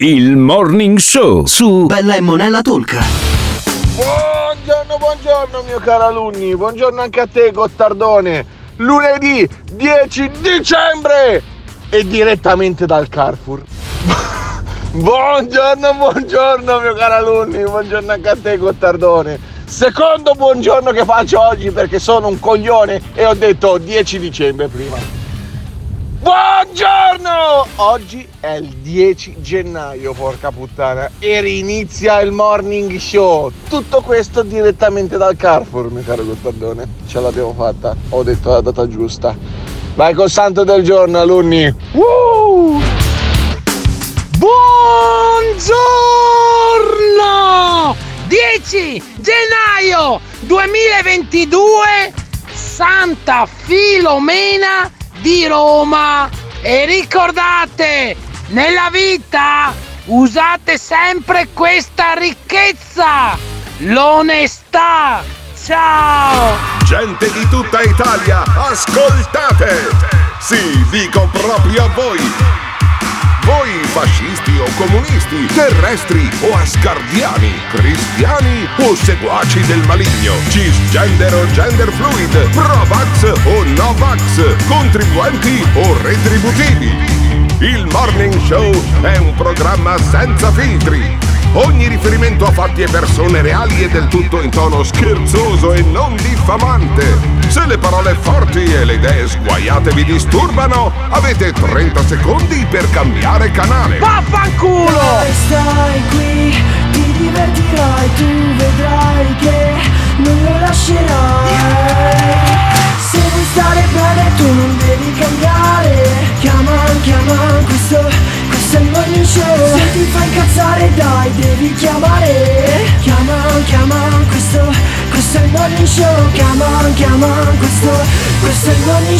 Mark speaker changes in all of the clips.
Speaker 1: Il Morning Show su
Speaker 2: Bella e Monella Talk.
Speaker 3: Buongiorno mio caro alunni, buongiorno anche a te Gottardone. Lunedì 10 dicembre e direttamente dal Carrefour. Buongiorno mio caro alunni, buongiorno anche a te Gottardone. Secondo buongiorno che faccio oggi perché sono un coglione e ho detto 10 dicembre prima. Buongiorno! Oggi è il 10 gennaio, porca puttana, e rinizia il morning show. Tutto questo direttamente dal Carrefour, mio caro Gottardone. Ce l'abbiamo fatta, ho detto la data giusta. Vai col santo del giorno, alunni.
Speaker 4: Buongiorno! 10 gennaio 2022, Santa Filomena di Roma. E ricordate, nella vita usate sempre questa ricchezza, l'onestà. Ciao!
Speaker 5: Gente di tutta Italia, ascoltate! Sì, dico proprio a voi! Voi fascisti o comunisti, terrestri o asgardiani, cristiani o seguaci del maligno, cisgender o gender fluid, pro-vax o no-vax, contribuenti o retributivi. Il Morning Show è un programma senza filtri. Ogni riferimento a fatti e persone reali è del tutto in tono scherzoso e non diffamante. Se le parole forti e le idee sguaiate vi disturbano, avete 30 secondi per cambiare canale.
Speaker 4: Vaffanculo!
Speaker 6: Stai qui, ti divertirai, tu vedrai che non lo lascerai. Se vuoi stare bene tu non devi cambiare. Chiama, questo è il morning show. Se ti fai incazzare dai, devi chiamare. Chiama, questo è il morning show. Chiama, questo è il morning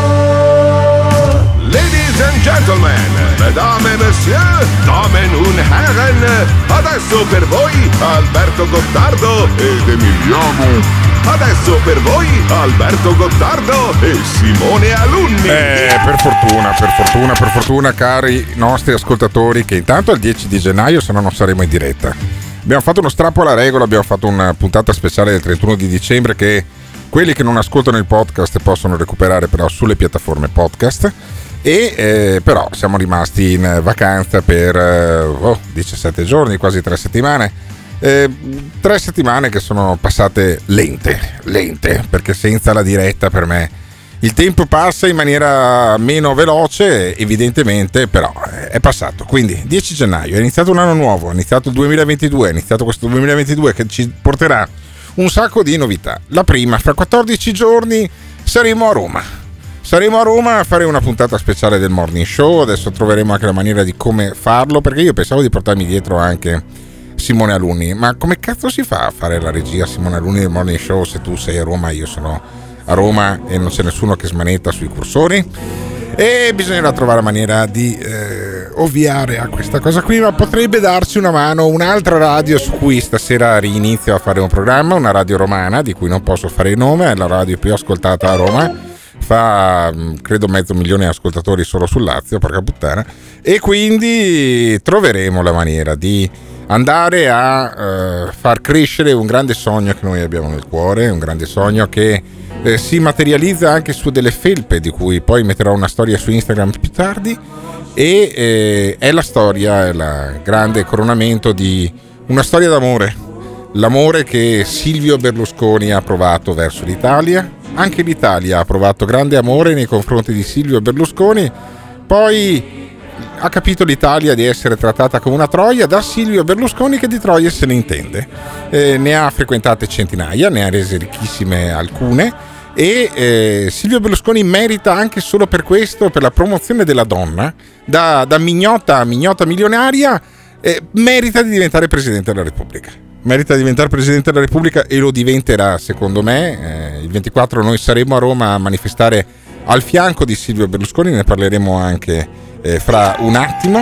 Speaker 6: show.
Speaker 5: Ladies and gentlemen, mesdames et messieurs, damen und herren, adesso per voi Alberto Gottardo ed Emiliano. Adesso per voi Alberto Gottardo e Simone Alunni.
Speaker 7: Per fortuna cari nostri ascoltatori, che intanto è il 10 di gennaio, se no non saremo in diretta. Abbiamo fatto uno strappo alla regola, abbiamo fatto una puntata speciale del 31 di dicembre che quelli che non ascoltano il podcast possono recuperare però sulle piattaforme podcast. E però siamo rimasti in vacanza per 17 giorni, quasi 3 settimane. 3 settimane che sono passate lente, perché senza la diretta per me il tempo passa in maniera meno veloce, evidentemente, però è passato. Quindi 10 gennaio è iniziato un anno nuovo, è iniziato il 2022, è iniziato questo 2022 che ci porterà un sacco di novità. La prima, fra 14 giorni saremo a Roma a fare una puntata speciale del Morning Show. Adesso troveremo anche la maniera di come farlo, perché io pensavo di portarmi dietro anche Simone Alunni, ma come cazzo si fa a fare la regia Simone Alunni del Morning Show se tu sei a Roma, io sono a Roma e non c'è nessuno che smanetta sui cursori? E bisognerà trovare la maniera di ovviare a questa cosa qui, ma potrebbe darci una mano un'altra radio su cui stasera rinizio a fare un programma, una radio romana di cui non posso fare il nome, è la radio più ascoltata a Roma, fa credo 500.000 di ascoltatori solo sul Lazio, porca puttana, e quindi troveremo la maniera di andare a far crescere un grande sogno che noi abbiamo nel cuore, un grande sogno che si materializza anche su delle felpe di cui poi metterò una storia su Instagram più tardi, e è la storia, è il grande coronamento di una storia d'amore, l'amore che Silvio Berlusconi ha provato verso l'Italia. Anche l'Italia ha provato grande amore nei confronti di Silvio Berlusconi, poi ha capito l'Italia di essere trattata come una troia da Silvio Berlusconi, che di troie se ne intende, ne ha frequentate centinaia, ne ha rese ricchissime alcune, e Silvio Berlusconi merita anche solo per questo, per la promozione della donna, da mignota a mignota milionaria, merita di diventare Presidente della Repubblica. Merita di diventare Presidente della Repubblica e lo diventerà, secondo me. Il 24 noi saremo a Roma a manifestare al fianco di Silvio Berlusconi, ne parleremo anche fra un attimo,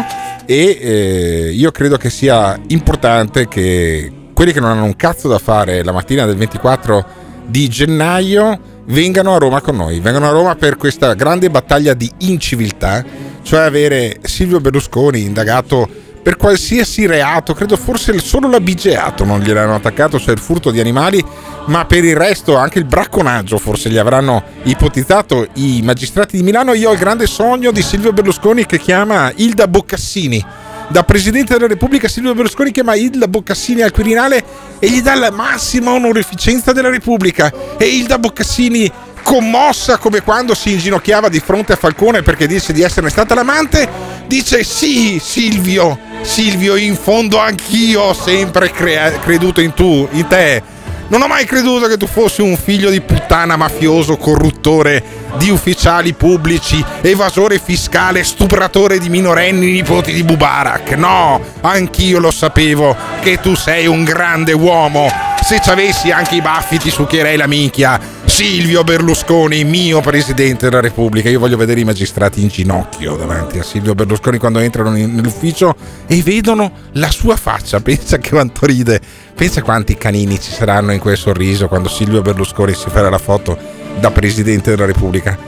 Speaker 7: e io credo che sia importante che quelli che non hanno un cazzo da fare la mattina del 24 di gennaio vengano a Roma con noi, vengano a Roma per questa grande battaglia di inciviltà, cioè avere Silvio Berlusconi indagato per qualsiasi reato. Credo forse solo l'abigeato non gliel'hanno attaccato, cioè il furto di animali, ma per il resto anche il bracconaggio forse gli avranno ipotizzato i magistrati di Milano. Io ho il grande sogno di Silvio Berlusconi che chiama Ilda Boccassini. Da Presidente della Repubblica Silvio Berlusconi chiama Ilda Boccassini al Quirinale e gli dà la massima onorificenza della Repubblica. E Ilda Boccassini, commossa come quando si inginocchiava di fronte a Falcone perché dice di esserne stata l'amante, dice: sì Silvio, in fondo anch'io ho sempre creduto in te. Non ho mai creduto che tu fossi un figlio di puttana mafioso, corruttore di ufficiali pubblici, evasore fiscale, stupratore di minorenni nipoti di Mubarak. No, anch'io lo sapevo che tu sei un grande uomo. Se ci avessi anche i baffi ti succhierei la minchia. Silvio Berlusconi, mio Presidente della Repubblica. Io voglio vedere i magistrati in ginocchio davanti a Silvio Berlusconi quando entrano nell'ufficio e vedono la sua faccia. Pensa che quanto ride, pensa quanti canini ci saranno in quel sorriso quando Silvio Berlusconi si farà la foto da Presidente della Repubblica.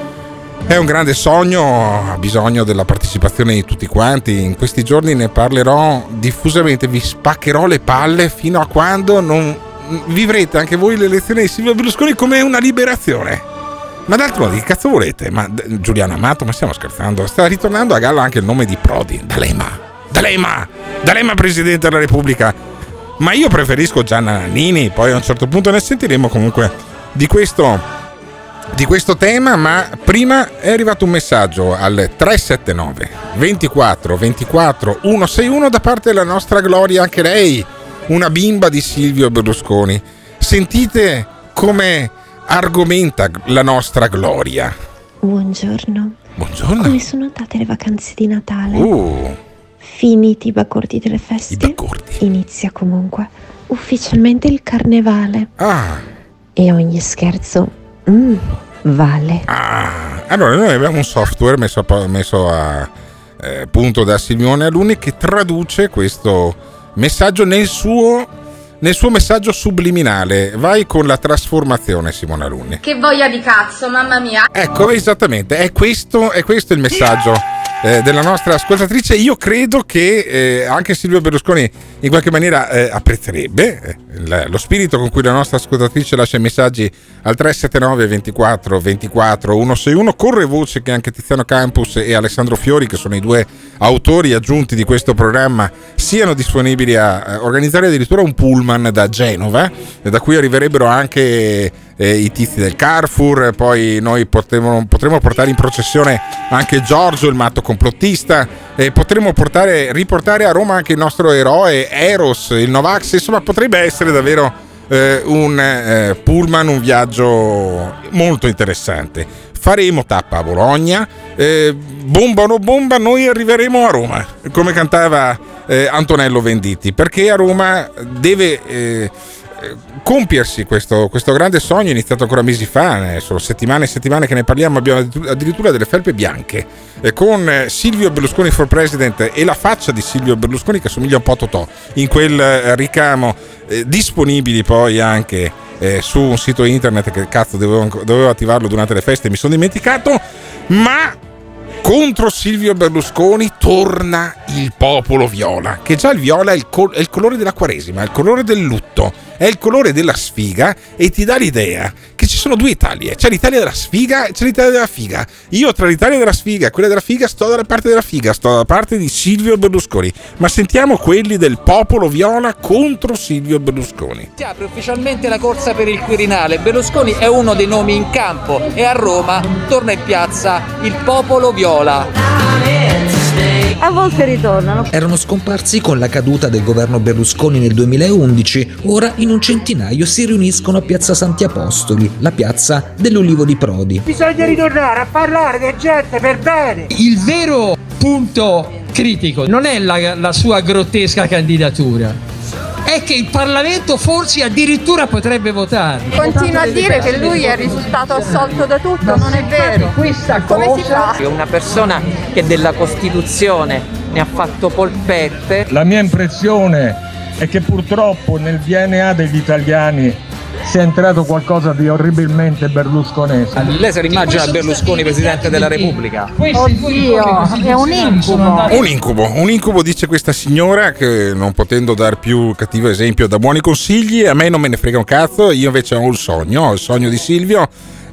Speaker 7: È un grande sogno, ha bisogno della partecipazione di tutti quanti. In questi giorni ne parlerò diffusamente, vi spaccherò le palle fino a quando non vivrete anche voi l'elezione di Silvio Berlusconi come una liberazione. Ma d'altro che cazzo volete? Ma Giuliano Amato, ma stiamo scherzando? Sta ritornando a galla anche il nome di Prodi. D'Alema Presidente della Repubblica. Ma io preferisco Gianna Nannini. Poi a un certo punto ne sentiremo comunque di questo tema, ma prima è arrivato un messaggio al 379 24 24 161 da parte della nostra Gloria, anche lei una bimba di Silvio Berlusconi. Sentite come argomenta la nostra Gloria.
Speaker 2: Buongiorno. Come sono andate le vacanze di Natale? Finiti i bagordi delle feste? Inizia comunque ufficialmente il carnevale. E ogni scherzo vale.
Speaker 7: Allora noi abbiamo un software messo a punto da Silvione Alunni che traduce questo messaggio nel suo messaggio subliminale. Vai con la trasformazione, Simone Alunni.
Speaker 8: Che voglia di cazzo, mamma mia.
Speaker 7: Ecco, esattamente, è questo il messaggio della nostra ascoltatrice. Io credo che anche Silvio Berlusconi in qualche maniera apprezzerebbe lo spirito con cui la nostra ascoltatrice lascia i messaggi al 379 24 24 161. Corre voce che anche Tiziano Campus e Alessandro Fiori, che sono i due autori aggiunti di questo programma, siano disponibili a organizzare addirittura un pullman da Genova, da cui arriverebbero anche i tizi del Carrefour. Poi noi potremo portare in processione anche Giorgio, il matto complottista, e potremo riportare a Roma anche il nostro eroe Eros, il Novax. Insomma, potrebbe essere davvero un pullman, un viaggio molto interessante. Faremo tappa a Bologna, bomba o no bomba, noi arriveremo a Roma, come cantava Antonello Venditti, perché a Roma deve compiersi questo grande sogno iniziato ancora mesi fa. Sono settimane e settimane che ne parliamo, abbiamo addirittura delle felpe bianche con Silvio Berlusconi for President e la faccia di Silvio Berlusconi che somiglia un po' a Totò in quel ricamo, disponibili poi anche su un sito internet che cazzo dovevo attivarlo durante le feste, mi sono dimenticato. Ma contro Silvio Berlusconi torna il popolo viola, che già il viola è il colore della Quaresima, è il colore del lutto, è il colore della sfiga, e ti dà l'idea che ci sono due Italie, c'è l'Italia della sfiga e c'è l'Italia della figa. Io tra l'Italia della sfiga e quella della figa sto dalla parte della figa, sto dalla parte di Silvio Berlusconi. Ma sentiamo quelli del popolo viola contro Silvio Berlusconi.
Speaker 9: Si apre ufficialmente la corsa per il Quirinale, Berlusconi è uno dei nomi in campo e a Roma torna in piazza il popolo viola.
Speaker 10: A volte ritornano.
Speaker 11: Erano scomparsi con la caduta del governo Berlusconi nel 2011, ora in un centinaio si riuniscono a Piazza Santi Apostoli, la piazza dell'Ulivo di Prodi.
Speaker 4: Bisogna ritornare a parlare di gente per bene.
Speaker 12: Il vero punto critico non è la sua grottesca candidatura, è che il Parlamento forse addirittura potrebbe votare.
Speaker 10: Continua a dire che lui è risultato assolto da tutto, non è vero. Come si fa?
Speaker 9: È una persona che della Costituzione ne ha fatto polpette.
Speaker 13: La mia impressione è che purtroppo nel DNA degli italiani
Speaker 4: sia entrato qualcosa di orribilmente berlusconesco.
Speaker 9: Lei se immagina Berlusconi presidente della Repubblica?
Speaker 10: Oddio, è un incubo.
Speaker 7: Un incubo, dice questa signora, che non potendo dar più cattivo esempio da buoni consigli, a me non me ne frega un cazzo, io invece ho il sogno di Silvio.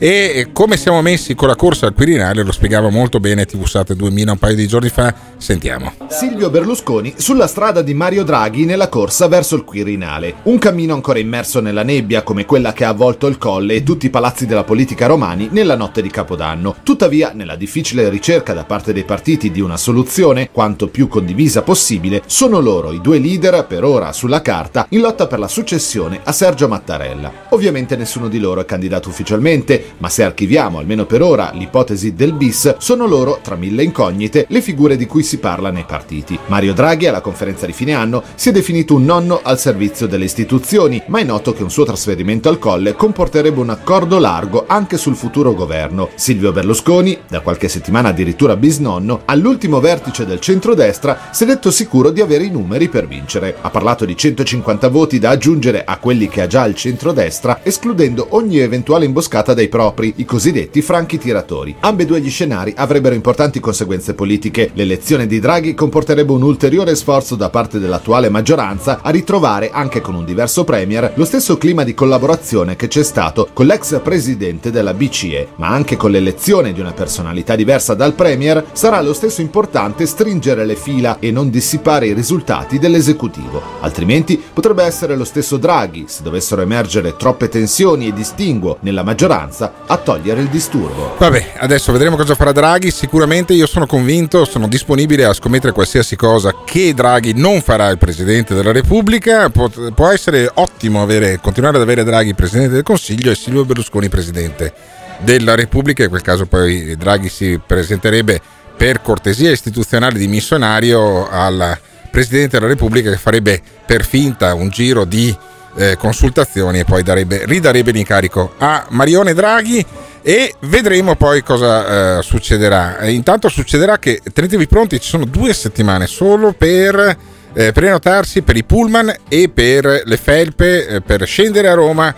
Speaker 7: E come siamo messi con la corsa al Quirinale lo spiegava molto bene TV7 2000 un paio di giorni fa. Sentiamo.
Speaker 13: Silvio Berlusconi sulla strada di Mario Draghi nella corsa verso il Quirinale. Un cammino ancora immerso nella nebbia come quella che ha avvolto il Colle e tutti i palazzi della politica romani nella notte di Capodanno. Tuttavia, nella difficile ricerca da parte dei partiti di una soluzione quanto più condivisa possibile, sono loro i due leader, per ora sulla carta, in lotta per la successione a Sergio Mattarella. Ovviamente nessuno di loro è candidato ufficialmente, ma se archiviamo almeno per ora l'ipotesi del bis, sono loro, tra mille incognite, le figure di cui si parla nei partiti. Mario Draghi alla conferenza di fine anno si è definito un nonno al servizio delle istituzioni, ma è noto che un suo trasferimento al Colle comporterebbe un accordo largo anche sul futuro governo. Silvio Berlusconi, da qualche settimana addirittura bisnonno, all'ultimo vertice del centrodestra si è detto sicuro di avere i numeri per vincere. Ha parlato di 150 voti da aggiungere a quelli che ha già il centrodestra, escludendo ogni eventuale imboscata dai propri, i cosiddetti franchi tiratori. Ambedue gli scenari avrebbero importanti conseguenze politiche. L'elezione di Draghi comporterebbe un ulteriore sforzo da parte dell'attuale maggioranza a ritrovare, anche con un diverso premier, lo stesso clima di collaborazione che c'è stato con l'ex presidente della BCE. Ma anche con l'elezione di una personalità diversa dal premier sarà lo stesso importante stringere le fila e non dissipare i risultati dell'esecutivo. Altrimenti potrebbe essere lo stesso Draghi, se dovessero emergere troppe tensioni e distinguo nella maggioranza, a togliere il disturbo.
Speaker 7: Vabbè, adesso vedremo cosa farà Draghi. Sicuramente io sono convinto, sono disponibile a scommettere qualsiasi cosa, che Draghi non farà il Presidente della Repubblica. Può essere ottimo continuare ad avere Draghi Presidente del Consiglio e Silvio Berlusconi Presidente della Repubblica. In quel caso poi Draghi si presenterebbe per cortesia istituzionale di missionario al Presidente della Repubblica, che farebbe per finta un giro di consultazioni e poi ridarebbe l'incarico a Marione Draghi, e vedremo poi cosa succederà. Intanto succederà che, tenetevi pronti, ci sono 2 settimane solo per prenotarsi per i pullman e per le felpe, per scendere a Roma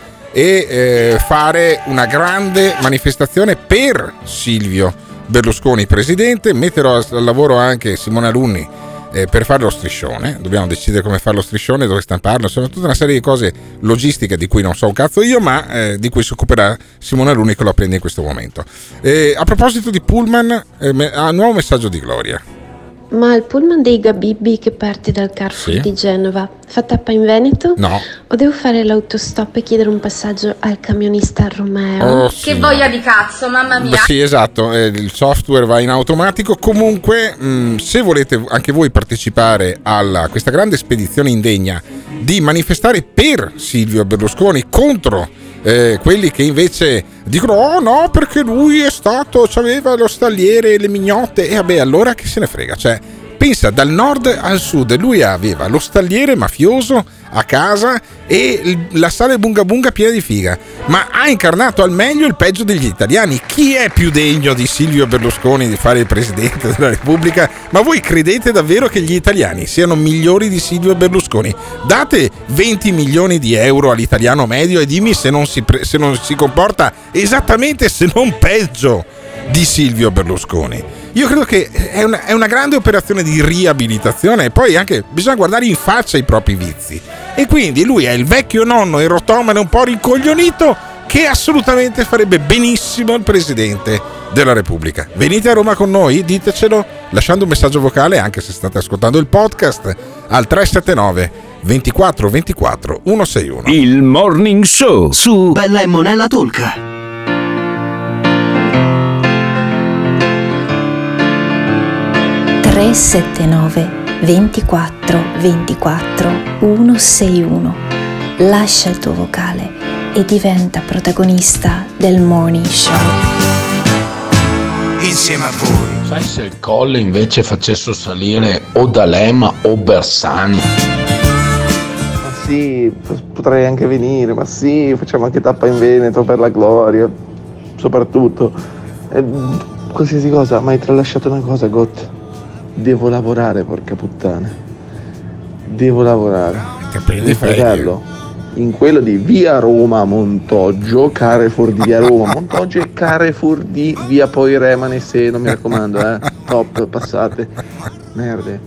Speaker 7: e fare una grande manifestazione per Silvio Berlusconi Presidente. Metterò al lavoro anche Simone Alunni per fare lo striscione. Dobbiamo decidere come fare lo striscione, dove stamparlo, sono tutta una serie di cose logistiche di cui non so un cazzo io, ma di cui si occuperà Simone Alunni, che lo apprende in questo momento. A proposito di pullman, ha un nuovo messaggio di Gloria.
Speaker 2: Ma il pullman dei Gabibbi che parte dal Carrefour di Genova fa tappa in Veneto?
Speaker 7: No.
Speaker 2: O devo fare l'autostop e chiedere un passaggio al camionista Romeo?
Speaker 8: Che voglia di cazzo, mamma mia.
Speaker 7: Sì, esatto, il software va in automatico. Comunque, se volete anche voi partecipare a questa grande spedizione indegna di manifestare per Silvio Berlusconi contro quelli che invece dicono oh no, perché lui c'aveva lo stalliere e le mignotte, e vabbè, allora che se ne frega, cioè pensa, dal nord al sud lui aveva lo stalliere mafioso a casa e la sala bunga bunga piena di figa, ma ha incarnato al meglio il peggio degli italiani. Chi è più degno di Silvio Berlusconi di fare il Presidente della Repubblica? Ma voi credete davvero che gli italiani siano migliori di Silvio Berlusconi? Date 20 milioni di euro all'italiano medio e dimmi se non si comporta esattamente, se non peggio, di Silvio Berlusconi. Io credo che è una grande operazione di riabilitazione, e poi anche bisogna guardare in faccia i propri vizi, e quindi lui è il vecchio nonno erotomane un po' rincoglionito che assolutamente farebbe benissimo il Presidente della Repubblica. Venite a Roma con noi, ditecelo lasciando un messaggio vocale, anche se state ascoltando il podcast, al 379 24 24 161.
Speaker 1: Il Morning Show su
Speaker 6: Bella e Monella Talk.
Speaker 14: 379 24 24 161. Lascia il tuo vocale e diventa protagonista del Morning Show.
Speaker 15: Insieme a voi. Sai se il Colle invece facesse salire o D'Alema o Bersani?
Speaker 3: Ma sì, potrei anche venire, ma sì, facciamo anche tappa in Veneto per la gloria, soprattutto. Qualsiasi cosa, ma hai tralasciato una cosa, Got. Devo lavorare, porca puttana. Devo lavorare.
Speaker 7: Capelli
Speaker 3: Mio fratello in quello di via Roma Montoggio, Carrefour di via Roma Montoggio e Carrefour di via Poi Remanesseno, mi raccomando, top, passate, merde,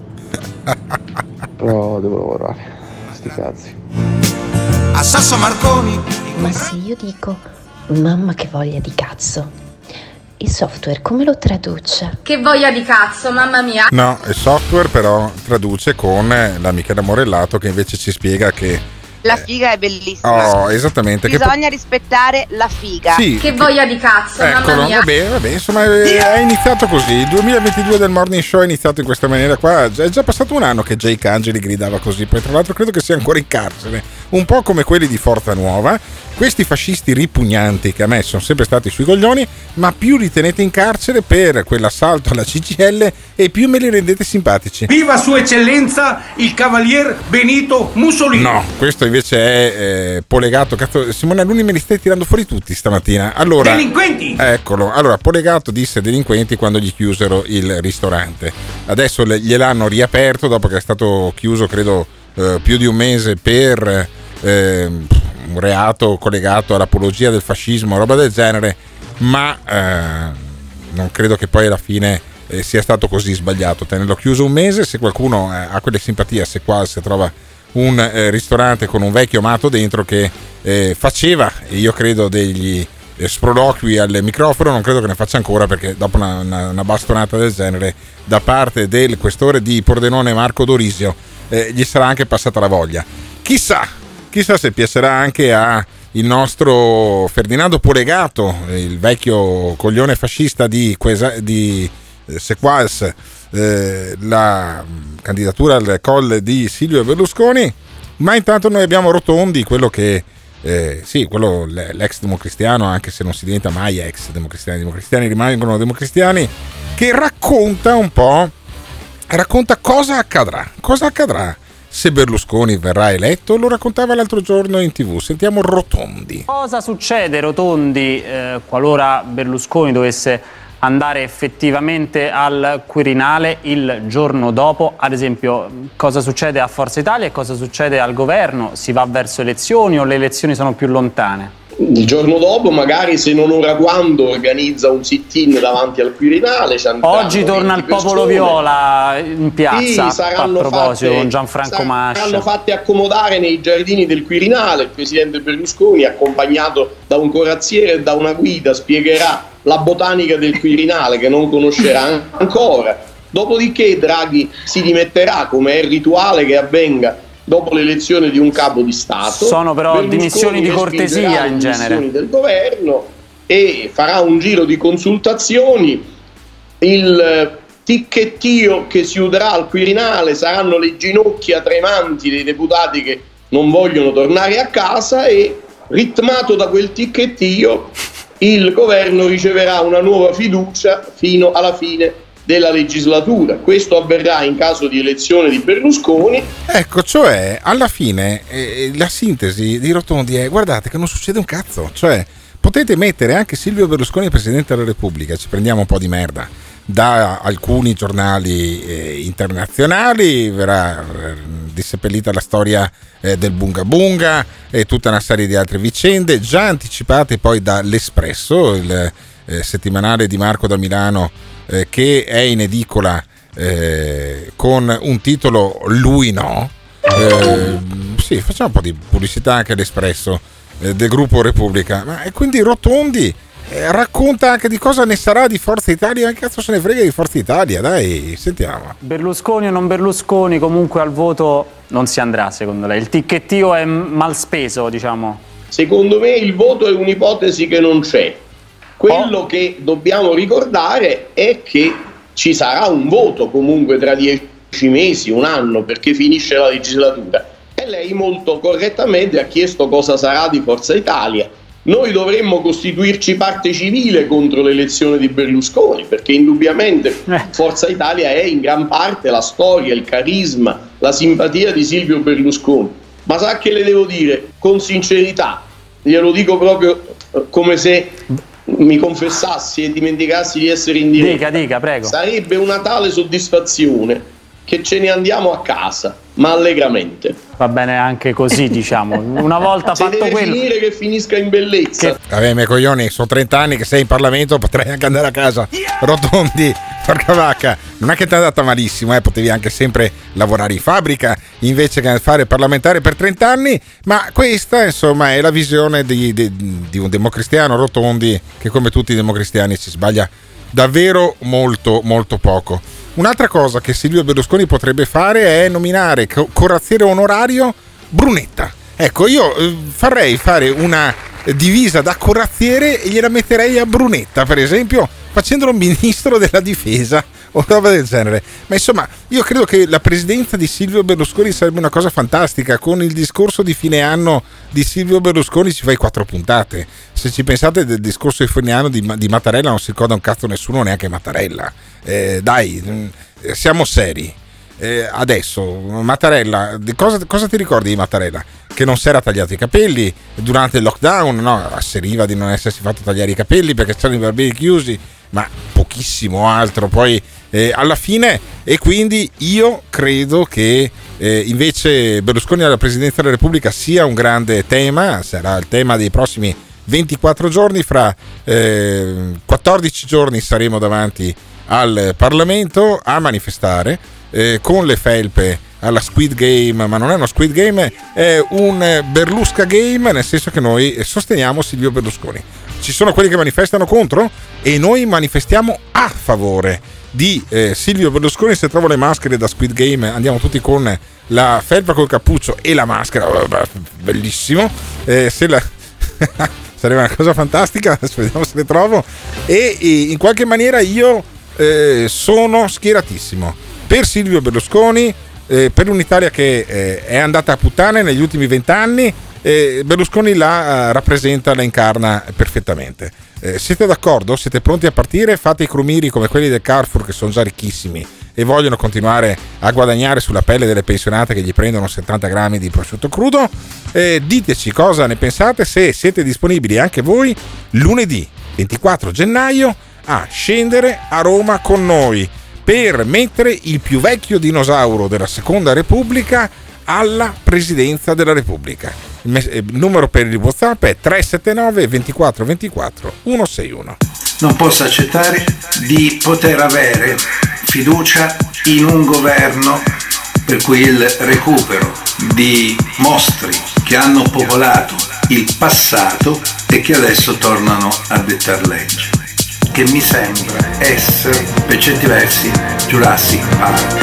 Speaker 3: però devo lavorare, sti cazzi.
Speaker 6: A Sasso Marconi.
Speaker 2: Ma se io dico mamma che voglia di cazzo, il software come lo traduce?
Speaker 8: Che voglia di cazzo, mamma mia.
Speaker 7: No, il software però traduce con la Michela Morellato che invece ci spiega che
Speaker 16: la figa è bellissima.
Speaker 7: Oh, esattamente.
Speaker 16: Bisogna rispettare la figa.
Speaker 7: Sì,
Speaker 8: che voglia di cazzo,
Speaker 7: eccolo,
Speaker 8: mamma mia.
Speaker 7: Vabbè, insomma è iniziato così. Il 2022 del Morning Show è iniziato in questa maniera qua. È già passato un anno che Jake Angeli gridava così. Poi tra l'altro credo che sia ancora in carcere, un po' come quelli di Forza Nuova. Questi fascisti ripugnanti che a me sono sempre stati sui coglioni, ma più li tenete in carcere per quell'assalto alla CGIL e più me li rendete simpatici.
Speaker 17: Viva Sua Eccellenza il Cavalier Benito Mussolini.
Speaker 7: No, questo invece è Polegato. Cazzo, Simone Alunni me li stai tirando fuori tutti stamattina. Allora,
Speaker 17: delinquenti!
Speaker 7: Eccolo, allora Polegato disse delinquenti quando gli chiusero il ristorante. Adesso gliel'hanno riaperto dopo che è stato chiuso credo più di un mese per un reato collegato all'apologia del fascismo, roba del genere, ma non credo che poi alla fine sia stato così sbagliato tenerlo chiuso un mese. Se qualcuno ha quelle simpatie, se qua si trova un ristorante con un vecchio matto dentro che faceva, io credo, degli sproloqui al microfono, non credo che ne faccia ancora, perché dopo una bastonata del genere da parte del questore di Pordenone Marco Dorisio gli sarà anche passata la voglia. Chissà se piacerà anche a il nostro Ferdinando Polegato, il vecchio coglione fascista di Sequals, la candidatura al colle di Silvio Berlusconi. Ma intanto noi abbiamo Rotondi, quello che quello l'ex democristiano, anche se non si diventa mai ex democristiani, i democristiani rimangono democristiani, che racconta cosa accadrà se Berlusconi verrà eletto. Lo raccontava l'altro giorno in TV. Sentiamo Rotondi.
Speaker 18: Cosa succede, Rotondi, qualora Berlusconi dovesse andare effettivamente al Quirinale il giorno dopo? Ad esempio, cosa succede a Forza Italia e cosa succede al governo? Si va verso elezioni o le elezioni sono più lontane?
Speaker 19: Il giorno dopo, magari, se non ora quando, organizza un sit-in davanti al Quirinale.
Speaker 18: Oggi torna il popolo viola in piazza,
Speaker 19: sì,
Speaker 18: a proposito, con Gianfranco Mascia.
Speaker 19: Saranno fatti accomodare nei giardini del Quirinale. Il presidente Berlusconi, accompagnato da un corazziere e da una guida, spiegherà la botanica del Quirinale, che non conoscerà ancora. Dopodiché Draghi si dimetterà, come è rituale che avvenga dopo l'elezione di un capo di Stato.
Speaker 18: Sono però dimissioni di cortesia in genere
Speaker 19: del governo, e farà un giro di consultazioni. Il ticchettio che si udrà al Quirinale saranno le ginocchia tremanti dei deputati che non vogliono tornare a casa, e ritmato da quel ticchettio il governo riceverà una nuova fiducia fino alla fine della legislatura. Questo avverrà in caso di elezione di Berlusconi.
Speaker 7: Ecco, cioè alla fine la sintesi di Rotondi è: guardate che non succede un cazzo, cioè potete mettere anche Silvio Berlusconi Presidente della Repubblica, ci prendiamo un po' di merda da alcuni giornali internazionali, verrà disseppellita la storia del Bunga Bunga e tutta una serie di altre vicende già anticipate poi dall'Espresso, il settimanale di Marco da Milano, che è in edicola con un titolo "Lui no". Sì, facciamo un po' di pubblicità anche all'Espresso del gruppo Repubblica. Ma e quindi Rotondi racconta anche di cosa ne sarà di Forza Italia. Che cazzo se ne frega di Forza Italia? Dai, sentiamo.
Speaker 18: Berlusconi o non Berlusconi, comunque al voto non si andrà, secondo lei? Il ticchettio è mal speso, diciamo?
Speaker 19: Secondo me il voto è un'ipotesi che non c'è. Quello che dobbiamo ricordare è che ci sarà un voto comunque tra 10 mesi, un anno, perché finisce la legislatura. E lei molto correttamente ha chiesto cosa sarà di Forza Italia. Noi dovremmo costituirci parte civile contro l'elezione di Berlusconi, perché indubbiamente Forza Italia è in gran parte la storia, il carisma, la simpatia di Silvio Berlusconi. Ma sa che le devo dire? Con sincerità, glielo dico proprio come se mi confessassi e dimenticassi di essere in diretta.
Speaker 18: Dica, prego.
Speaker 19: Sarebbe una tale soddisfazione che ce ne andiamo a casa, ma allegramente.
Speaker 18: Va bene anche così, diciamo. Una volta
Speaker 19: Se
Speaker 18: fatto
Speaker 19: deve
Speaker 18: quello,
Speaker 19: finire che finisca in bellezza.
Speaker 7: Vabbè, miei coglioni, sono 30 anni che sei in Parlamento, potrei anche andare a casa. Rotondi, porca vacca. Non è che ti è andata malissimo, potevi anche sempre lavorare in fabbrica invece che fare parlamentare per 30 anni, ma questa insomma è la visione di un democristiano, Rotondi, che come tutti i democristiani si sbaglia davvero molto molto poco. Un'altra cosa che Silvio Berlusconi potrebbe fare è nominare corazziere onorario Brunetta. Ecco, io farei fare una divisa da corazziere e gliela metterei a Brunetta, per esempio, facendolo ministro della difesa o roba del genere. Ma insomma, io credo che la presidenza di Silvio Berlusconi sarebbe una cosa fantastica. Con il discorso di fine anno di Silvio Berlusconi ci fai 4 puntate. Se ci pensate, del discorso di fine anno di Mattarella non si ricorda un cazzo nessuno, neanche Mattarella. Dai, siamo seri. Adesso Mattarella, cosa ti ricordi di Mattarella? Che non si era tagliato i capelli durante il lockdown, no? Asseriva di non essersi fatto tagliare i capelli perché c'erano i barbieri chiusi, ma pochissimo altro poi alla fine. E quindi io credo che invece Berlusconi alla presidenza della Repubblica sia un grande tema, sarà il tema dei prossimi 24 giorni. Fra 14 giorni saremo davanti al Parlamento a manifestare con le felpe alla Squid Game, ma non è uno Squid Game, è un Berlusca Game, nel senso che noi sosteniamo Silvio Berlusconi. Ci sono quelli che manifestano contro e noi manifestiamo a favore di Silvio Berlusconi. Se trovo le maschere da Squid Game andiamo tutti con la felpa col cappuccio e la maschera, bellissimo, sarebbe una cosa fantastica. Vediamo se le trovo. E in qualche maniera io sono schieratissimo per Silvio Berlusconi, per un'Italia che è andata a puttane negli ultimi 20 anni. Berlusconi la rappresenta, la incarna perfettamente. Siete d'accordo? Siete pronti a partire? Fate i crumiri come quelli del Carrefour, che sono già ricchissimi e vogliono continuare a guadagnare sulla pelle delle pensionate che gli prendono 70 grammi di prosciutto crudo. Diteci cosa ne pensate, se siete disponibili anche voi lunedì 24 gennaio a scendere a Roma con noi per mettere il più vecchio dinosauro della Seconda Repubblica alla Presidenza della Repubblica. Il numero per il WhatsApp è 379 24 24 161.
Speaker 17: Non posso accettare di poter avere fiducia in un governo per cui il recupero di mostri che hanno popolato il passato e che adesso tornano a dettar legge, che mi sembra essere per certi versi Jurassic Park.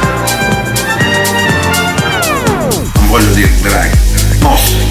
Speaker 17: Non voglio dire Draghi, mostri.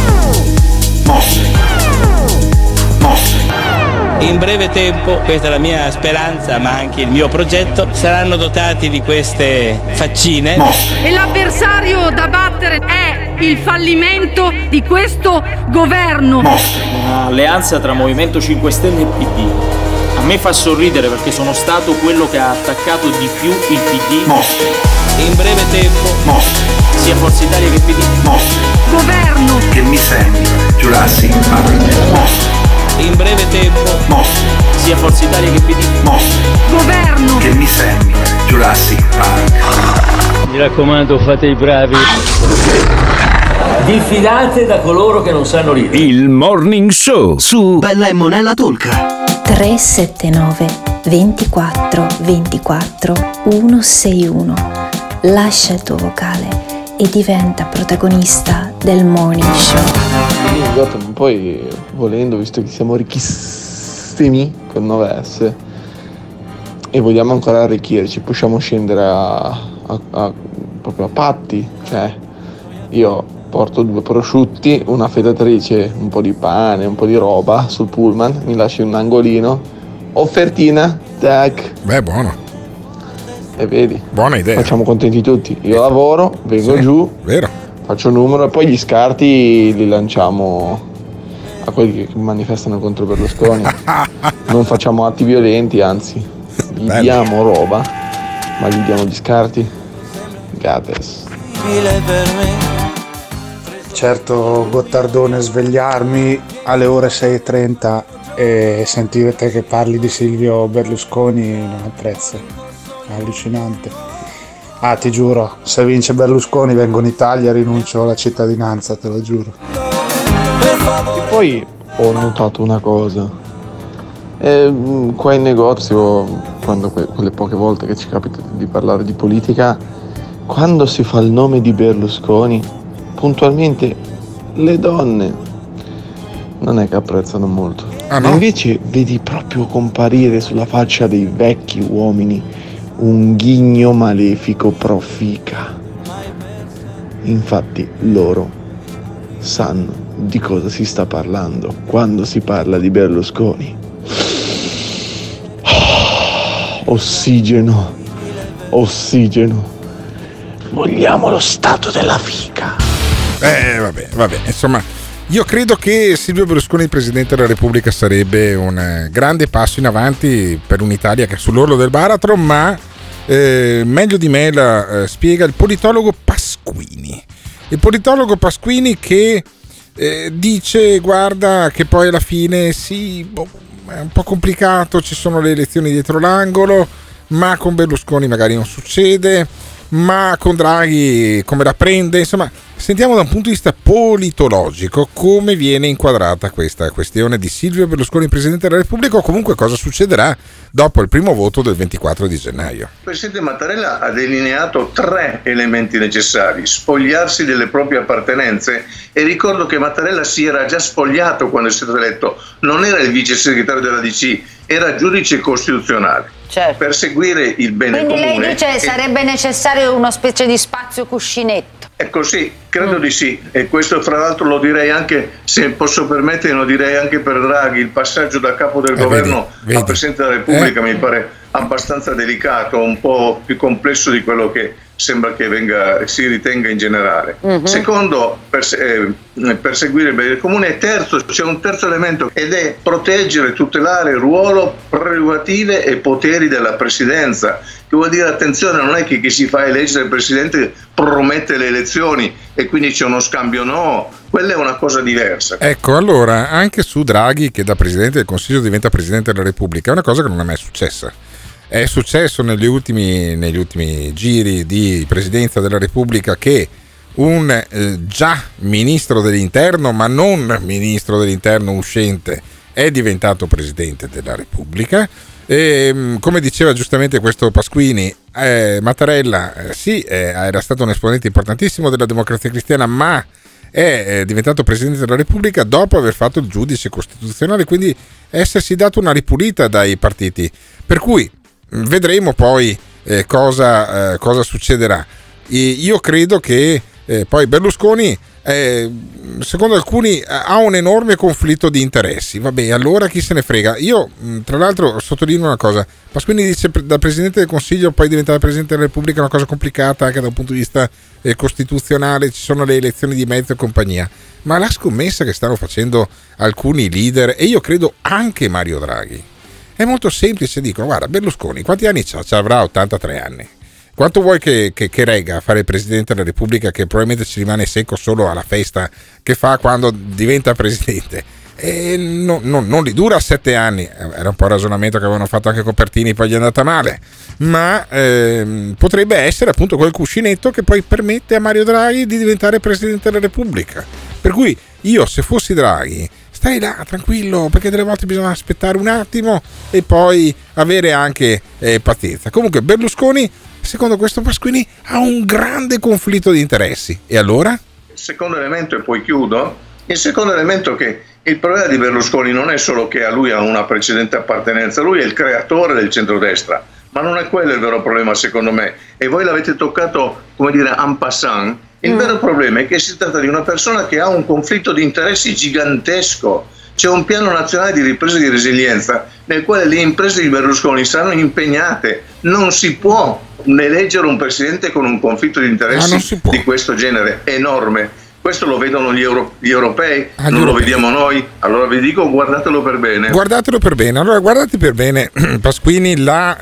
Speaker 20: In breve tempo, questa è la mia speranza ma anche il mio progetto, saranno dotati di queste faccine.
Speaker 21: E l'avversario da battere è il fallimento di questo governo.
Speaker 22: Un'alleanza tra Movimento 5 Stelle e PD. A me fa sorridere perché sono stato quello che ha attaccato di più il PD.
Speaker 20: E in breve tempo,
Speaker 22: sia Forza Italia che PD.
Speaker 21: Governo
Speaker 17: che mi sembra Jurassic Park.
Speaker 20: E in breve tempo,
Speaker 22: sia Forza Italia che PD.
Speaker 21: Governo
Speaker 17: che mi sembra Jurassic Park.
Speaker 22: Mi raccomando, fate i bravi.
Speaker 23: Diffidate da coloro che non sanno ridere.
Speaker 1: Il Morning Show su
Speaker 23: Bella e Monella Talk.
Speaker 14: 379 24 24 161. Lascia il tuo vocale e diventa protagonista del Morning Show.
Speaker 3: Poi volendo, visto che siamo ricchissimi con 9S e vogliamo ancora arricchirci, possiamo scendere proprio a patti. Cioè, io porto 2 prosciutti, una fedatrice, un po' di pane, un po' di roba sul pullman, mi lasci un angolino, offertina, tac.
Speaker 7: Beh, buono.
Speaker 3: E vedi,
Speaker 7: buona idea.
Speaker 3: Facciamo contenti tutti. Io lavoro, vengo giù,
Speaker 7: vero,
Speaker 3: faccio un numero e poi gli scarti li lanciamo a quelli che manifestano contro Berlusconi. Non facciamo atti violenti, anzi gli diamo roba, ma gli diamo gli scarti. Gates.
Speaker 24: Certo, Gottardone, svegliarmi alle ore 6:30 e sentire te che parli di Silvio Berlusconi non ha prezzo, è allucinante. Ah, ti giuro, se vince Berlusconi vengo in Italia e rinuncio alla cittadinanza, te lo giuro.
Speaker 4: E poi ho notato una cosa. Qua in negozio, quando quelle poche volte che ci capita di parlare di politica, quando si fa il nome di Berlusconi, puntualmente le donne non è che apprezzano molto.
Speaker 7: No?
Speaker 4: Invece vedi proprio comparire sulla faccia dei vecchi uomini un ghigno malefico pro fica. Infatti loro sanno di cosa si sta parlando quando si parla di Berlusconi. Ossigeno, vogliamo lo stato della fica.
Speaker 7: Vabbè, insomma, io credo che Silvio Berlusconi Presidente della Repubblica sarebbe un grande passo in avanti per un'Italia che è sull'orlo del baratro, ma meglio di me la spiega il politologo Pasquini. Il politologo Pasquini che dice, guarda, che poi alla fine sì, è un po' complicato, ci sono le elezioni dietro l'angolo, ma con Berlusconi magari non succede, ma con Draghi come la prende? Insomma, sentiamo da un punto di vista politologico come viene inquadrata questa questione di Silvio Berlusconi Presidente della Repubblica, o comunque cosa succederà dopo il primo voto del 24 di gennaio.
Speaker 17: Il Presidente Mattarella ha delineato 3 elementi necessari: spogliarsi delle proprie appartenenze, e ricordo che Mattarella si era già spogliato quando è stato eletto, non era il vice segretario della DC, era giudice costituzionale.
Speaker 5: Certo.
Speaker 17: Perseguire il bene
Speaker 5: Quindi
Speaker 17: comune.
Speaker 5: lei dice sarebbe necessario una specie di spazio cuscinetto.
Speaker 17: Ecco, sì, credo di sì, e questo fra l'altro lo direi anche, se posso permettere, lo direi anche per Draghi. Il passaggio da capo del governo a Presidente della Repubblica mi pare abbastanza delicato, un po' più complesso di quello che sembra che si ritenga in generale. Secondo, perseguire il bene comune. E terzo, c'è un terzo elemento, ed è proteggere, tutelare il ruolo, prerogative e poteri della presidenza, che vuol dire, attenzione, non è che chi si fa eleggere presidente promette le elezioni e quindi c'è uno scambio, no, quella è una cosa diversa.
Speaker 7: Ecco, allora, anche su Draghi, che da Presidente del Consiglio diventa Presidente della Repubblica, è una cosa che non è mai successa. È successo negli ultimi giri di Presidenza della Repubblica che un già Ministro dell'Interno, ma non Ministro dell'Interno uscente, è diventato Presidente della Repubblica. E, come diceva giustamente questo Pasquini, Mattarella era stato un esponente importantissimo della Democrazia Cristiana, ma è diventato Presidente della Repubblica dopo aver fatto il giudice costituzionale, quindi essersi dato una ripulita dai partiti, per cui vedremo poi cosa succederà. Io credo che poi Berlusconi, secondo alcuni, ha un enorme conflitto di interessi. Vabbè, allora chi se ne frega. Io tra l'altro sottolineo una cosa: Pasquini dice da Presidente del Consiglio poi diventare Presidente della Repubblica è una cosa complicata anche da un punto di vista costituzionale, ci sono le elezioni di mezzo e compagnia, ma la scommessa che stanno facendo alcuni leader, e io credo anche Mario Draghi, è molto semplice. Dicono, guarda, Berlusconi quanti anni c'ha? Ci avrà 83 anni. Quanto vuoi che regga a fare il Presidente della Repubblica, che probabilmente ci rimane secco solo alla festa che fa quando diventa Presidente? E non li dura 7 anni. Era un po' il ragionamento che avevano fatto anche Copertini, poi gli è andata male, ma potrebbe essere appunto quel cuscinetto che poi permette a Mario Draghi di diventare Presidente della Repubblica. Per cui io, se fossi Draghi, stai là tranquillo, perché delle volte bisogna aspettare un attimo e poi avere anche pazienza. Comunque Berlusconi, secondo questo Pasquini, ha un grande conflitto di interessi. E allora?
Speaker 17: Il secondo elemento, e poi chiudo, il secondo elemento è che il problema di Berlusconi non è solo che lui ha una precedente appartenenza, lui è il creatore del centrodestra, ma non è quello il vero problema secondo me, e voi l'avete toccato, come dire, en passant. Il vero problema è che si tratta di una persona che ha un conflitto di interessi gigantesco. C'è un piano nazionale di ripresa e di resilienza nel quale le imprese di Berlusconi saranno impegnate. Non si può eleggere un presidente con un conflitto di interessi di questo genere enorme. Questo lo vedono gli europei, non lo vediamo noi. Allora vi dico, guardatelo per bene.
Speaker 7: Guardatelo per bene. Allora guardate per bene, Pasquini,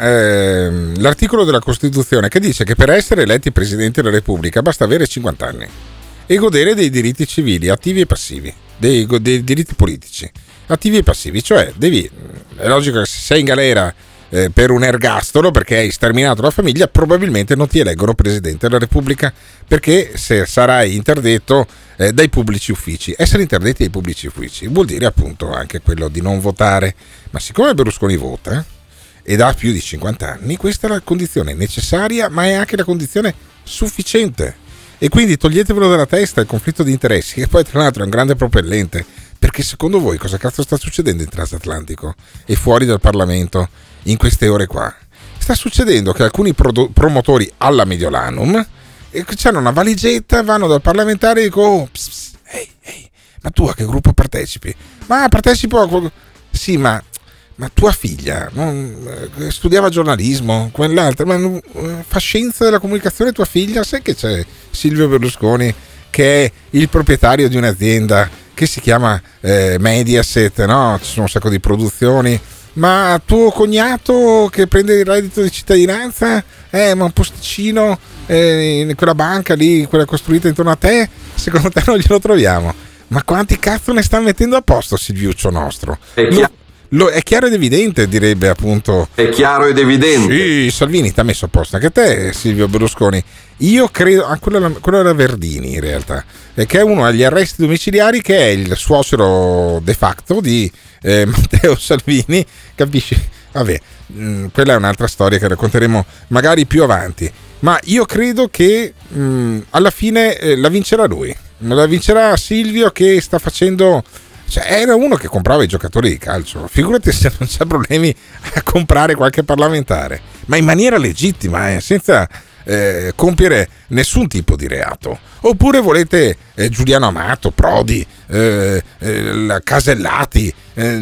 Speaker 7: l'articolo della Costituzione che dice che per essere eletti Presidente della Repubblica basta avere 50 anni e godere dei diritti civili attivi e passivi, dei diritti politici attivi e passivi. Cioè è logico che se sei in galera per un ergastolo perché hai sterminato la famiglia, probabilmente non ti eleggono Presidente della Repubblica, perché se sarai interdetto dai pubblici uffici. Essere interdetti dai pubblici uffici vuol dire appunto anche quello di non votare, ma siccome Berlusconi vota ed ha più di 50 anni, questa è la condizione necessaria, ma è anche la condizione sufficiente, e quindi toglietevelo dalla testa il conflitto di interessi, che poi tra l'altro è un grande propellente, perché secondo voi cosa cazzo sta succedendo in transatlantico e fuori dal Parlamento in queste ore qua? Sta succedendo che alcuni promotori alla Mediolanum hanno una valigetta, vanno dal parlamentare e dicono ehi, ma tu a che gruppo partecipi? Ma partecipo sì, ma tua figlia studiava giornalismo, quell'altra, ma fa scienza della comunicazione tua figlia? Sai che c'è Silvio Berlusconi che è il proprietario di un'azienda che si chiama Mediaset, no? Ci sono un sacco di produzioni, ma tuo cognato che prende il reddito di cittadinanza, ma un posticino in quella banca lì, quella costruita intorno a te, secondo te non glielo troviamo? Ma quanti cazzo ne sta mettendo a posto Silviuccio nostro? È chiaro ed evidente, direbbe appunto. È chiaro ed evidente. Sì, Salvini ti ha messo a posto anche te, Silvio Berlusconi. Io credo, quello era Verdini in realtà, che è uno agli arresti domiciliari, che è il suocero de facto di Matteo Salvini, capisci? Vabbè, quella è un'altra storia che racconteremo magari più avanti, ma io credo che alla fine la vincerà lui, la vincerà Silvio, che sta facendo... Cioè, era uno che comprava i giocatori di calcio, figurati se non c'è problemi a comprare qualche parlamentare, ma in maniera legittima, senza compiere nessun tipo di reato. Oppure volete Giuliano Amato, Prodi, Casellati,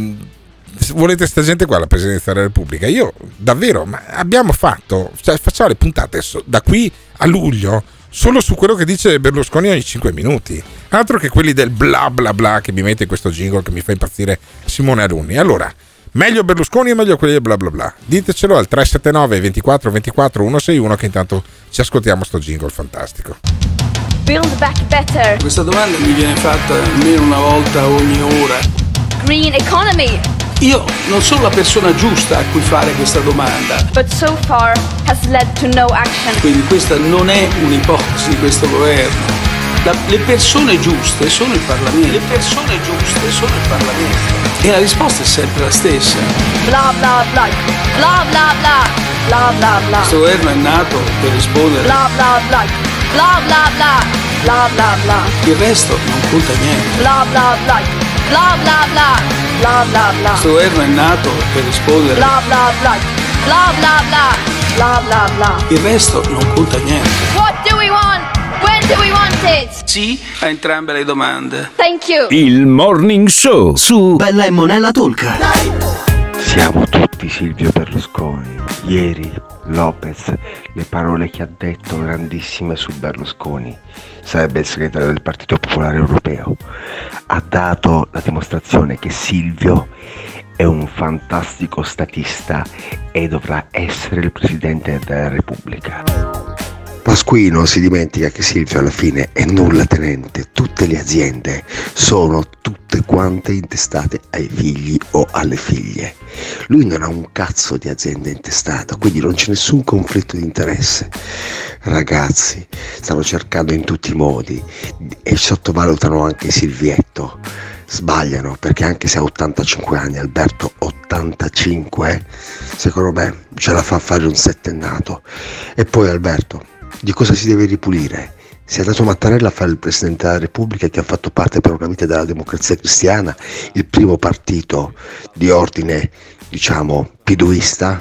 Speaker 7: volete sta gente qua alla Presidenza della Repubblica? Io davvero, ma abbiamo fatto, cioè facciamo le puntate da qui a luglio solo su quello che dice Berlusconi ogni 5 minuti, altro che quelli del bla bla bla che mi mette questo jingle che mi fa impazzire Simone Alunni. Allora, meglio Berlusconi o meglio quelli del bla bla bla? Ditecelo al 379 24 24 161, che intanto ci ascoltiamo sto jingle fantastico.
Speaker 9: Build back better.
Speaker 23: Questa domanda mi viene fatta almeno una volta ogni ora.
Speaker 9: Green economy.
Speaker 23: Io non sono la persona giusta a cui fare questa domanda.
Speaker 9: But so far has led to no action.
Speaker 23: Quindi questa non è un'ipotesi di questo governo. Le persone giuste sono il Parlamento. Le persone giuste sono il Parlamento. E la risposta è sempre la stessa.
Speaker 9: Bla bla bla. Bla bla bla. Bla bla bla.
Speaker 23: Questo governo è nato per rispondere.
Speaker 9: Bla bla bla. Bla bla bla. Bla bla bla.
Speaker 23: Il resto non conta niente.
Speaker 9: Bla bla bla. Bla bla bla. Bla bla bla.
Speaker 23: Questo governo è nato per rispondere.
Speaker 9: Bla bla bla. Bla bla bla. Bla bla bla.
Speaker 23: Il resto non conta niente.
Speaker 9: What do we want? When do we want it?
Speaker 23: Sì a entrambe le domande.
Speaker 9: Thank you.
Speaker 1: Il Morning Show su
Speaker 23: Bella e Monella Talk.
Speaker 10: Siamo tutti Silvio Berlusconi. Ieri Lopez, le parole che ha detto grandissime su Berlusconi, sarebbe il segretario del Partito Popolare Europeo, ha dato la dimostrazione che Silvio è un fantastico statista e dovrà essere il Presidente della Repubblica. Pasquino si dimentica che Silvio alla fine è nulla tenente, tutte le aziende sono tutte quante intestate ai figli o alle figlie. Lui non ha un cazzo di azienda intestata, quindi non c'è nessun conflitto di interesse. Ragazzi, stanno cercando in tutti i modi e sottovalutano anche Silvietto. Sbagliano, perché anche se ha 85 anni, Alberto 85, secondo me ce la fa a fare un settennato. E poi Alberto, di cosa si deve ripulire? Si è dato Mattarella a fare il Presidente della Repubblica, che ha fatto parte per una vita della Democrazia Cristiana, il primo partito di ordine, diciamo, piduista.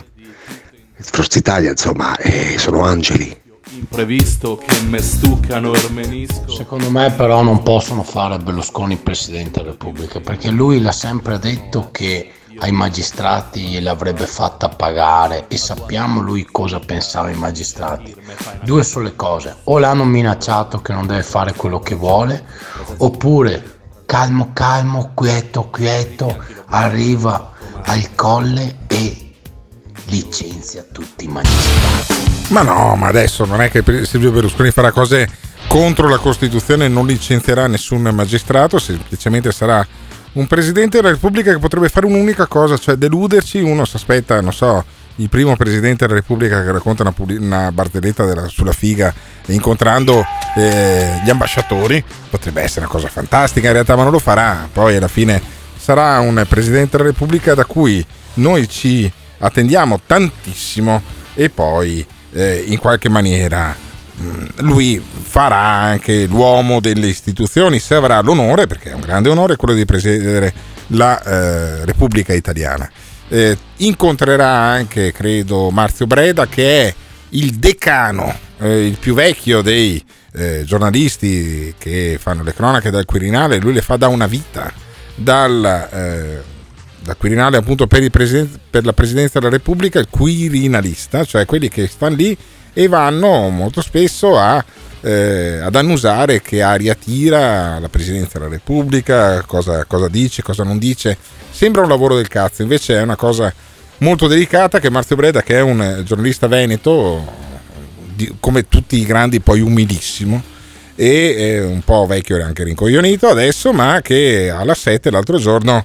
Speaker 10: Forza Italia, insomma, sono angeli.
Speaker 11: Imprevisto che me stuccano e ormenisco.
Speaker 15: Secondo me però non possono fare Berlusconi Presidente della Repubblica, perché lui l'ha sempre detto che ai magistrati l'avrebbe fatta pagare, e sappiamo lui cosa pensava ai magistrati. Due sono le cose: o l'hanno minacciato che non deve fare quello che vuole, oppure calmo calmo, quieto quieto, arriva al Colle e licenzia tutti i magistrati.
Speaker 7: Ma no, ma adesso non è che Silvio Berlusconi farà cose contro la Costituzione, non licenzierà nessun magistrato, semplicemente sarà un Presidente della Repubblica che potrebbe fare un'unica cosa, cioè deluderci. Uno si aspetta, non so, il primo presidente della Repubblica che racconta una barzelletta sulla figa incontrando gli ambasciatori. Potrebbe essere una cosa fantastica in realtà, ma non lo farà. Poi alla fine sarà un presidente della Repubblica da cui noi ci attendiamo tantissimo, e poi in qualche maniera lui farà anche l'uomo delle istituzioni, se avrà l'onore, perché è un grande onore quello di presiedere la Repubblica Italiana. Incontrerà anche, credo, Marzio Breda, che è il decano, il più vecchio dei giornalisti che fanno le cronache dal Quirinale. Lui le fa da una vita, dal Quirinale appunto per la Presidenza della Repubblica, il quirinalista, cioè quelli che stanno lì e vanno molto spesso ad annusare che aria tira la Presidenza della Repubblica, cosa dice, cosa non dice. Sembra un lavoro del cazzo, invece è una cosa molto delicata che Marzio Breda, che è un giornalista veneto, come tutti i grandi, poi umilissimo e un po' vecchio e anche rincoglionito adesso, ma che alla 7 l'altro giorno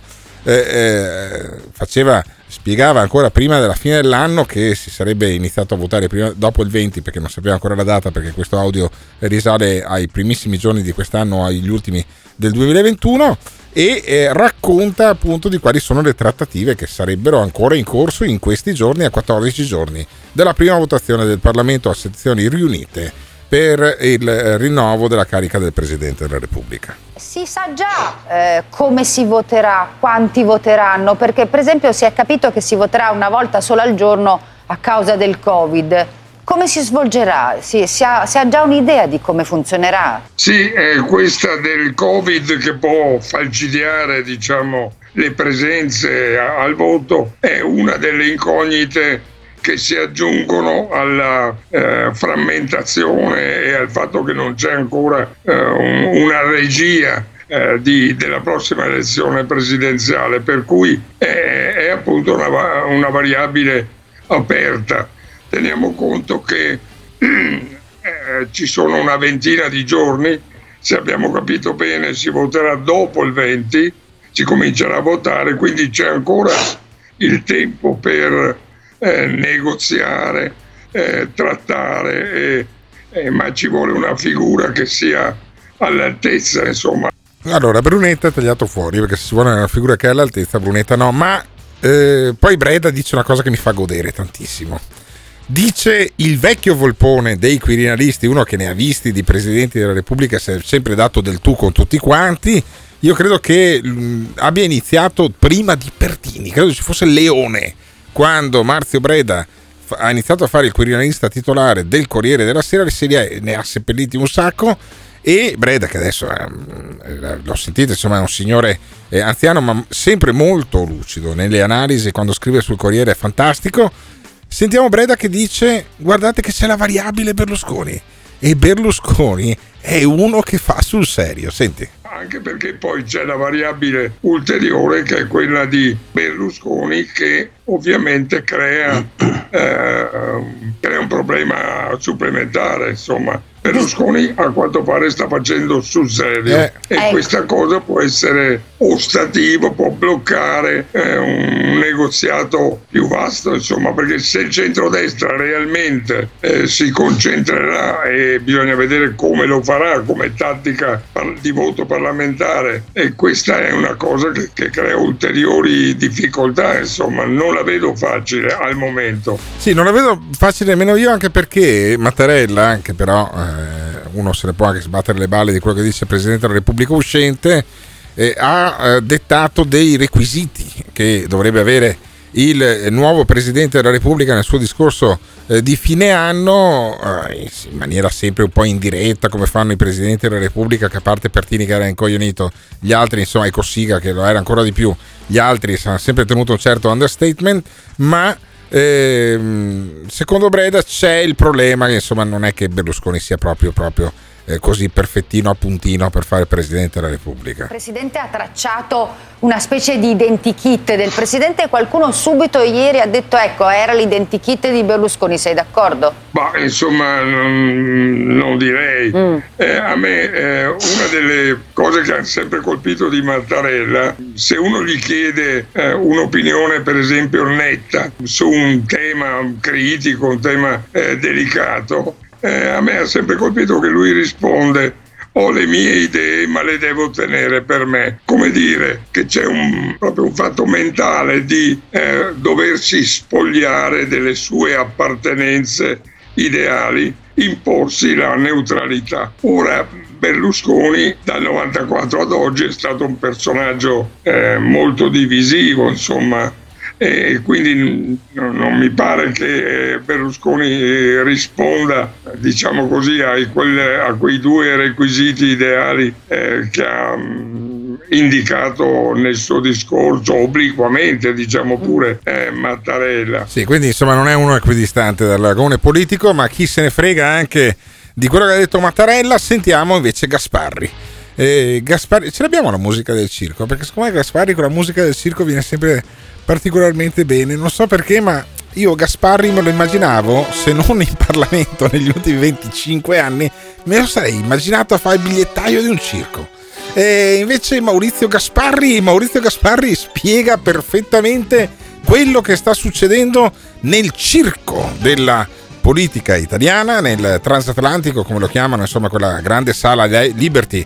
Speaker 7: spiegava ancora prima della fine dell'anno che si sarebbe iniziato a votare dopo il 20, perché non sapeva ancora la data, perché questo audio risale ai primissimi giorni di quest'anno, agli ultimi del 2021, e racconta appunto di quali sono le trattative che sarebbero ancora in corso in questi giorni, a 14 giorni dalla prima votazione del Parlamento a sezioni riunite per il rinnovo della carica del Presidente della Repubblica.
Speaker 5: Si sa già come si voterà, quanti voteranno, perché per esempio si è capito che si voterà una volta sola al giorno a causa del Covid. Come si svolgerà? Si ha già un'idea di come funzionerà?
Speaker 2: Sì, è questa del Covid che può falcidiare, le presenze al voto, è una delle incognite che si aggiungono alla frammentazione e al fatto che non c'è ancora una regia della prossima elezione presidenziale, per cui è appunto una variabile aperta. Teniamo conto che ci sono una ventina di giorni, se abbiamo capito bene si voterà dopo il 20, si comincerà a votare, quindi c'è ancora il tempo per negoziare, trattare, ma ci vuole una figura che sia all'altezza, insomma.
Speaker 7: Allora, Brunetta è tagliato fuori, perché se si vuole una figura che è all'altezza, Brunetta no, ma poi Breda dice una cosa che mi fa godere tantissimo. Dice: il vecchio volpone dei quirinalisti, uno che ne ha visti di presidenti della Repubblica, si è sempre dato del tu con tutti quanti. Io credo che abbia iniziato prima di Pertini, credo ci fosse Leone quando Marzio Breda ha iniziato a fare il quirinalista titolare del Corriere della Sera, ne ha seppelliti un sacco. E Breda, che adesso l'ho sentito, insomma, è un signore anziano ma sempre molto lucido nelle analisi, quando scrive sul Corriere è fantastico. Sentiamo Breda che dice: guardate che c'è la variabile Berlusconi, e Berlusconi è uno che fa sul serio. Senti.
Speaker 2: Anche perché poi c'è la variabile ulteriore, che è quella di Berlusconi, che ovviamente crea un problema supplementare, insomma. Berlusconi a quanto pare sta facendo sul serio e questa cosa può essere ostativo, può bloccare un negoziato più vasto, insomma, perché se il centrodestra realmente si concentrerà, e bisogna vedere come lo farà come tattica di voto parlamentare, e questa è una cosa che crea ulteriori difficoltà, insomma, non la vedo facile al momento.
Speaker 7: Sì, non la vedo facile nemmeno io, anche perché Mattarella, anche però uno se ne può anche sbattere le balle di quello che dice il Presidente della Repubblica uscente, ha dettato dei requisiti che dovrebbe avere il nuovo Presidente della Repubblica nel suo discorso di fine anno, in maniera sempre un po' indiretta, come fanno i Presidenti della Repubblica, che a parte Pertini che era incoglionito, gli altri, insomma, e Cossiga che lo era ancora di più, gli altri hanno sempre tenuto un certo understatement, ma secondo Breda c'è il problema che, insomma, non è che Berlusconi sia proprio così perfettino a puntino per fare Presidente della Repubblica.
Speaker 5: Il Presidente ha tracciato una specie di identikit del Presidente e qualcuno subito ieri ha detto ecco, era l'identikit di Berlusconi, sei d'accordo?
Speaker 2: Ma insomma non direi. A me una delle cose che ha sempre colpito di Mattarella, se uno gli chiede un'opinione per esempio netta su un tema critico, un tema delicato, a me ha sempre colpito che lui risponde: ho le mie idee ma le devo tenere per me. Come dire che c'è proprio un fatto mentale di doversi spogliare delle sue appartenenze ideali, imporsi la neutralità. Ora Berlusconi dal 94 ad oggi è stato un personaggio molto divisivo, insomma, e quindi non mi pare che Berlusconi risponda, diciamo così, a quei due requisiti ideali che ha indicato nel suo discorso obliquamente, diciamo pure, Mattarella.
Speaker 7: Sì, quindi insomma non è uno equidistante dall'agone politico, ma chi se ne frega anche di quello che ha detto Mattarella. Sentiamo invece Gasparri. Gasparri, ce l'abbiamo la musica del circo, perché secondo me Gasparri con la musica del circo viene sempre particolarmente bene, non so perché, ma io Gasparri me lo immaginavo, se non in Parlamento negli ultimi 25 anni, me lo sarei immaginato a fare il bigliettaio di un circo. E invece Maurizio Gasparri spiega perfettamente quello che sta succedendo nel circo della politica italiana, nel transatlantico, come lo chiamano, insomma quella grande sala Liberty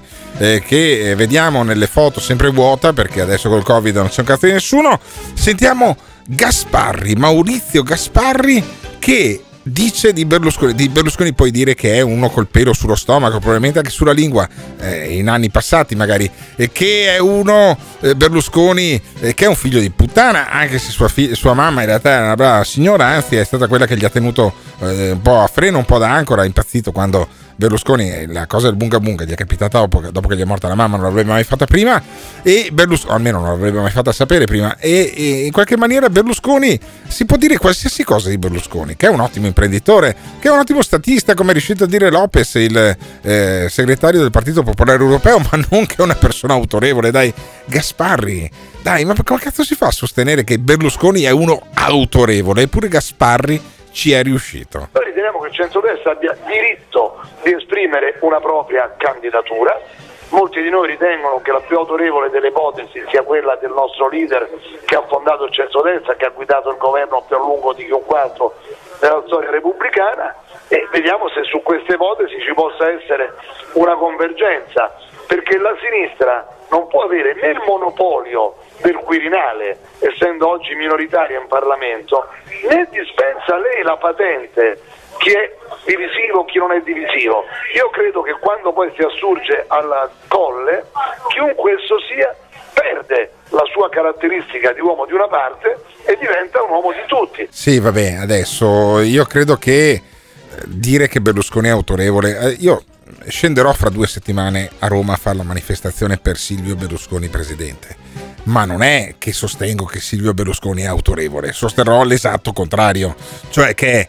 Speaker 7: che vediamo nelle foto sempre vuota perché adesso col Covid non c'è un cazzo di nessuno. Sentiamo Gasparri, Maurizio Gasparri, che dice di Berlusconi puoi dire che è uno col pelo sullo stomaco, probabilmente anche sulla lingua, in anni passati magari, che è uno Berlusconi che è un figlio di puttana, anche se sua mamma in realtà è una brava signora, anzi è stata quella che gli ha tenuto un po' a freno, un po' da ancora, è impazzito quando Berlusconi, la cosa del bunga bunga gli è capitata dopo che gli è morta la mamma, non l'avrebbe mai fatta prima, e Berlusconi almeno non l'avrebbe mai fatta sapere prima, e in qualche maniera Berlusconi, si può dire qualsiasi cosa di Berlusconi, che è un ottimo imprenditore, che è un ottimo statista, come è riuscito a dire Lopez, il segretario del Partito Popolare Europeo, ma non che è una persona autorevole. Dai, Gasparri, dai, ma come cazzo si fa a sostenere che Berlusconi è uno autorevole? Eppure Gasparri ci è riuscito.
Speaker 6: Noi riteniamo che il centrodestra abbia diritto di esprimere una propria candidatura. Molti di noi ritengono che la più autorevole delle ipotesi sia quella del nostro leader che ha fondato il centrodestra, che ha guidato il governo più a lungo di chiunque altro della storia repubblicana, e vediamo se su queste ipotesi ci possa essere una convergenza, perché la sinistra non può avere né il monopolio del Quirinale, essendo oggi minoritaria in Parlamento, né dispensa lei la patente chi è divisivo, chi non è divisivo. Io credo che quando poi si assurge alla colle, chiunque esso sia perde la sua caratteristica di uomo di una parte e diventa un uomo di tutti.
Speaker 7: Sì, vabbè, adesso io credo che dire che Berlusconi è autorevole, io scenderò fra 2 settimane a Roma a fare la manifestazione per Silvio Berlusconi presidente, ma non è che sostengo che Silvio Berlusconi è autorevole, sosterrò l'esatto contrario, cioè che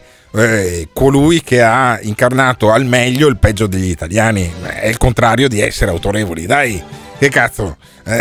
Speaker 7: colui che ha incarnato al meglio il peggio degli italiani, è il contrario di essere autorevoli. Dai, che cazzo,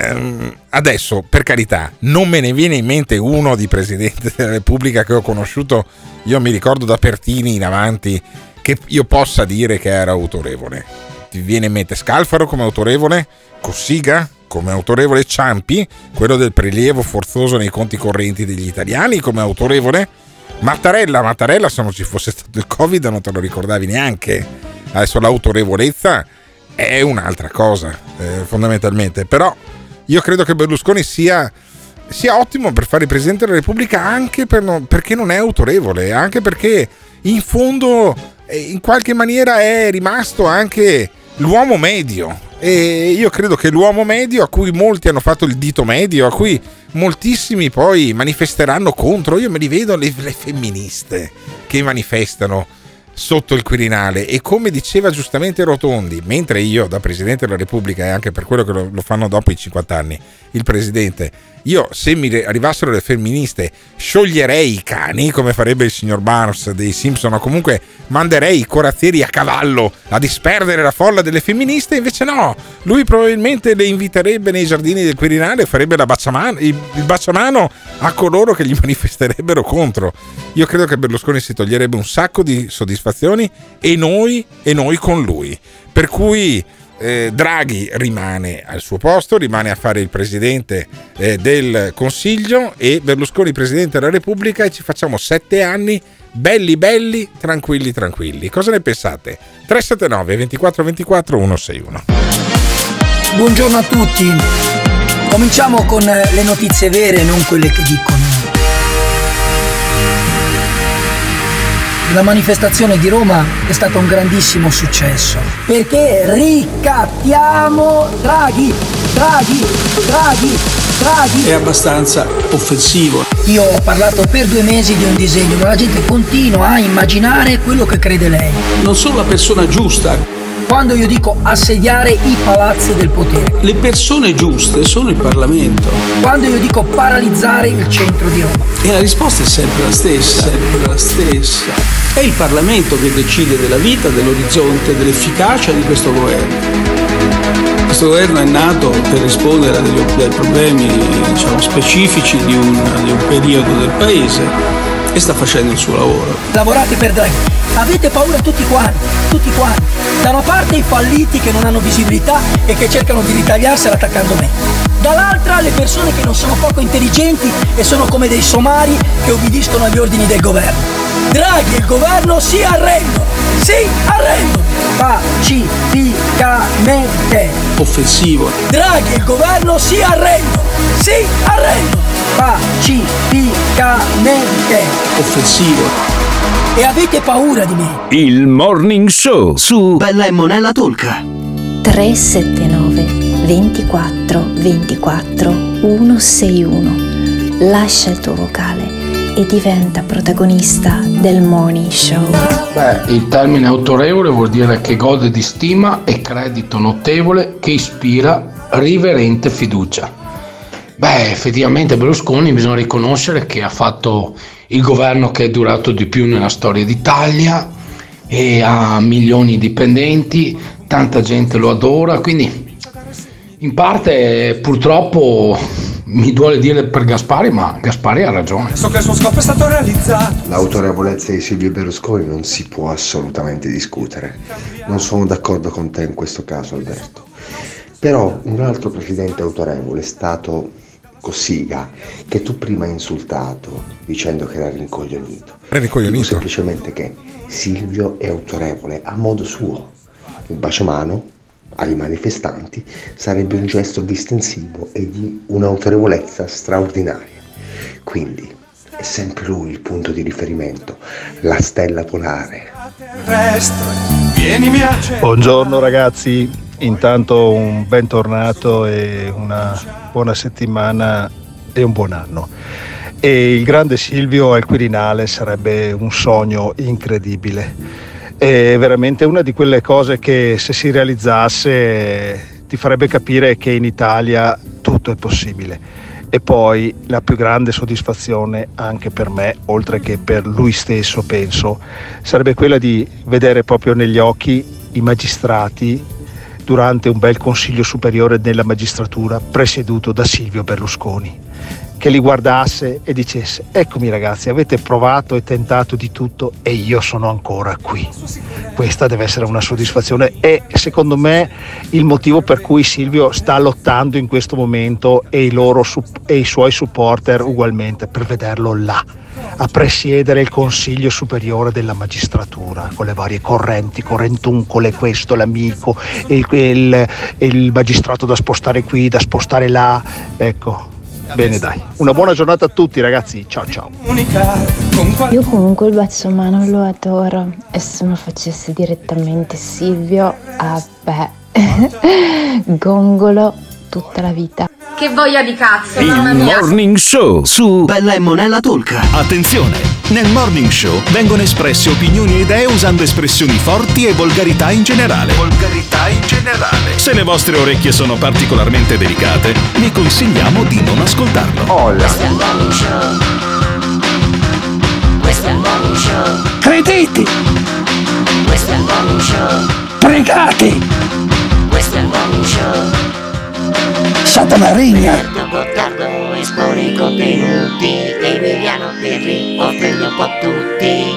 Speaker 7: adesso per carità non me ne viene in mente uno di Presidente della Repubblica che ho conosciuto, io mi ricordo da Pertini in avanti, che io possa dire che era autorevole. Ti viene in mente Scalfaro come autorevole, Cossiga come autorevole, Ciampi, quello del prelievo forzoso nei conti correnti degli italiani, come autorevole, Mattarella se non ci fosse stato il Covid non te lo ricordavi neanche. Adesso l'autorevolezza è un'altra cosa, fondamentalmente, però io credo che Berlusconi sia ottimo per fare il Presidente della Repubblica, anche perché non è autorevole, anche perché in fondo in qualche maniera è rimasto anche l'uomo medio, e io credo che l'uomo medio, a cui molti hanno fatto il dito medio, a cui moltissimi poi manifesteranno contro, io me li vedo le femministe che manifestano sotto il Quirinale, e come diceva giustamente Rotondi, mentre io da Presidente della Repubblica, e anche per quello che lo fanno dopo i 50 anni il Presidente, io se mi arrivassero le femministe scioglierei i cani come farebbe il signor Barnes dei Simpson, o comunque manderei i corazzieri a cavallo a disperdere la folla delle femministe. Invece no, lui probabilmente le inviterebbe nei giardini del Quirinale e farebbe il baciamano a coloro che gli manifesterebbero contro. Io credo che Berlusconi si toglierebbe un sacco di soddisfazioni, e noi con lui. Per cui Draghi rimane al suo posto, rimane a fare il Presidente del Consiglio, e Berlusconi Presidente della Repubblica, e ci facciamo 7 anni belli, tranquilli. Cosa ne pensate? 379 24 24 161.
Speaker 8: Buongiorno a tutti. Cominciamo con le notizie vere, non quelle che dicono. La manifestazione di Roma è stata un grandissimo successo, perché ricattiamo Draghi.
Speaker 23: È abbastanza offensivo.
Speaker 8: Io ho parlato per 2 mesi di un disegno, ma la gente continua a immaginare quello che crede lei.
Speaker 23: Non sono la persona giusta.
Speaker 8: Quando io dico assediare i palazzi del potere.
Speaker 23: Le persone giuste sono il Parlamento.
Speaker 8: Quando io dico paralizzare il centro di Roma.
Speaker 23: E la risposta è sempre la stessa. È il Parlamento che decide della vita, dell'orizzonte, dell'efficacia di questo governo. Questo governo è nato per rispondere ai problemi, specifici di un periodo del Paese, e sta facendo il suo lavoro.
Speaker 8: Lavorate per Draghi. Avete paura tutti quanti. Da una parte i falliti che non hanno visibilità e che cercano di ritagliarsela attaccando me. Dall'altra le persone che non sono poco intelligenti e sono come dei somari che obbediscono agli ordini del governo. Draghi e il governo si arrendono. Pacificamente.
Speaker 23: Offensivo.
Speaker 8: Draghi e il governo si arrendono. Pacificamente.
Speaker 23: Offensivo.
Speaker 8: E avete paura di me?
Speaker 1: Il Morning Show su
Speaker 8: Bella e Monella Talk.
Speaker 14: 379 24 24 161. Lascia il tuo vocale e diventa protagonista del Morning Show.
Speaker 15: Il termine autorevole vuol dire che gode di stima e credito notevole, che ispira riverente fiducia. Effettivamente Berlusconi bisogna riconoscere che ha fatto il governo che è durato di più nella storia d'Italia, e ha milioni di dipendenti, tanta gente lo adora, quindi in parte purtroppo mi duole dire per Gasparri, ma Gasparri ha ragione.
Speaker 12: So che il suo scopo è stato realizzato.
Speaker 10: L'autorevolezza di Silvio Berlusconi non si può assolutamente discutere. Non sono d'accordo con te in questo caso, Alberto. Però un altro presidente autorevole è stato Cossiga, che tu prima hai insultato dicendo che era rincoglionito. Dico semplicemente che Silvio è autorevole a modo suo. Il baciamano ai manifestanti sarebbe un gesto distintivo e di un'autorevolezza straordinaria. Quindi è sempre lui il punto di riferimento, la stella polare.
Speaker 24: Buongiorno ragazzi, intanto un bentornato e una buona settimana e un buon anno. E il grande Silvio al Quirinale sarebbe un sogno incredibile. È veramente una di quelle cose che, se si realizzasse, ti farebbe capire che in Italia tutto è possibile. E poi la più grande soddisfazione anche per me, oltre che per lui stesso, penso, sarebbe quella di vedere proprio negli occhi i magistrati durante un bel Consiglio Superiore della Magistratura presieduto da Silvio Berlusconi, che li guardasse e dicesse: eccomi ragazzi, avete provato e tentato di tutto e io sono ancora qui. Questa deve essere una soddisfazione, e secondo me il motivo per cui Silvio sta lottando in questo momento, e i suoi supporter ugualmente, per vederlo là a presiedere il Consiglio Superiore della Magistratura, con le varie correnti, correntuncole, questo, l'amico, il magistrato da spostare qui, da spostare là, ecco. Bene, dai, una buona giornata a tutti ragazzi, ciao.
Speaker 13: Io comunque il baciamano lo adoro, e se me lo facesse direttamente Silvio, Gongolo tutta la vita.
Speaker 9: Che voglia di cazzo,
Speaker 1: Il
Speaker 9: mamma mia.
Speaker 1: Morning Show su
Speaker 16: Bella e Monella Talk.
Speaker 18: Attenzione! Nel Morning Show vengono espresse opinioni e idee usando espressioni forti e volgarità in generale. Se le vostre orecchie sono particolarmente delicate, vi consigliamo di non ascoltarlo.
Speaker 9: Questo è il Morning Show. Questo è il Morning Show.
Speaker 8: Credete,
Speaker 9: Questo è il Morning Show.
Speaker 8: pregate,
Speaker 9: Questo è il Morning Show.
Speaker 8: Satana regna.
Speaker 9: Gottardo espone i contenuti, Emiliano Pirri offre un po' tutti.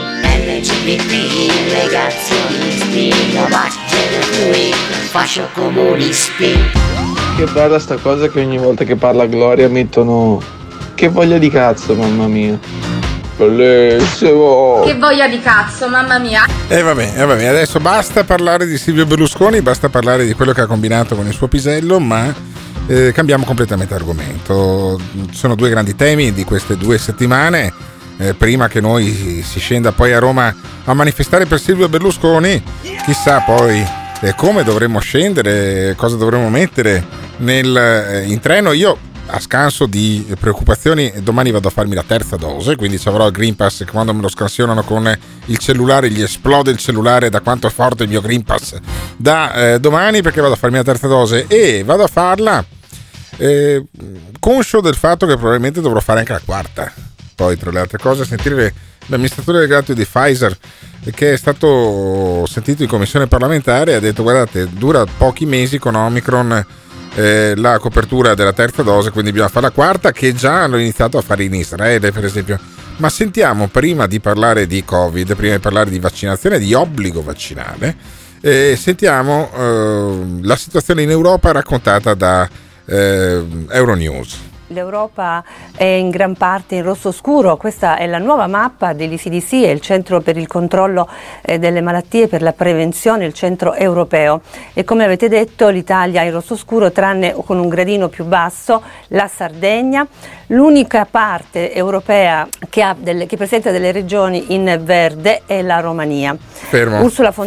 Speaker 9: LGBT, negazionisti, Novak, gender fluid, fascio comunisti.
Speaker 4: Che bella sta cosa che ogni volta che parla Gloria mettono che voglia di cazzo, mamma mia. Bellissimo.
Speaker 9: Che voglia di cazzo, mamma mia.
Speaker 7: Vabbè, adesso basta parlare di Silvio Berlusconi, basta parlare di quello che ha combinato con il suo pisello, ma cambiamo completamente argomento. Ci sono due grandi temi di queste 2 settimane. Prima che noi si scenda poi a Roma a manifestare per Silvio Berlusconi, chissà poi come dovremmo scendere, cosa dovremmo mettere in treno. Io, a scanso di preoccupazioni, domani vado a farmi la 3ª dose, quindi ci avrò il Green Pass che quando me lo scansionano con il cellulare gli esplode il cellulare da quanto è forte il mio Green Pass da domani, perché vado a farmi la 3ª dose e vado a farla conscio del fatto che probabilmente dovrò fare anche la 4ª. Poi, tra le altre cose, sentire l'amministratore delegato di Pfizer, che è stato sentito in commissione parlamentare, ha detto: guardate, dura pochi mesi con Omicron la copertura della 3ª dose, quindi bisogna fare la 4ª, che già hanno iniziato a fare in Israele, per esempio. Ma sentiamo, prima di parlare di Covid, prima di parlare di vaccinazione, di obbligo vaccinale, sentiamo la situazione in Europa raccontata da Euronews.
Speaker 19: L'Europa è in gran parte in rosso scuro, questa è la nuova mappa dell'ECDC, è il Centro per il controllo delle malattie per la prevenzione, il centro europeo, e come avete detto l'Italia è in rosso scuro tranne con un gradino più basso la Sardegna. L'unica parte europea che presenta delle regioni in verde è la Romania.
Speaker 7: Fermo,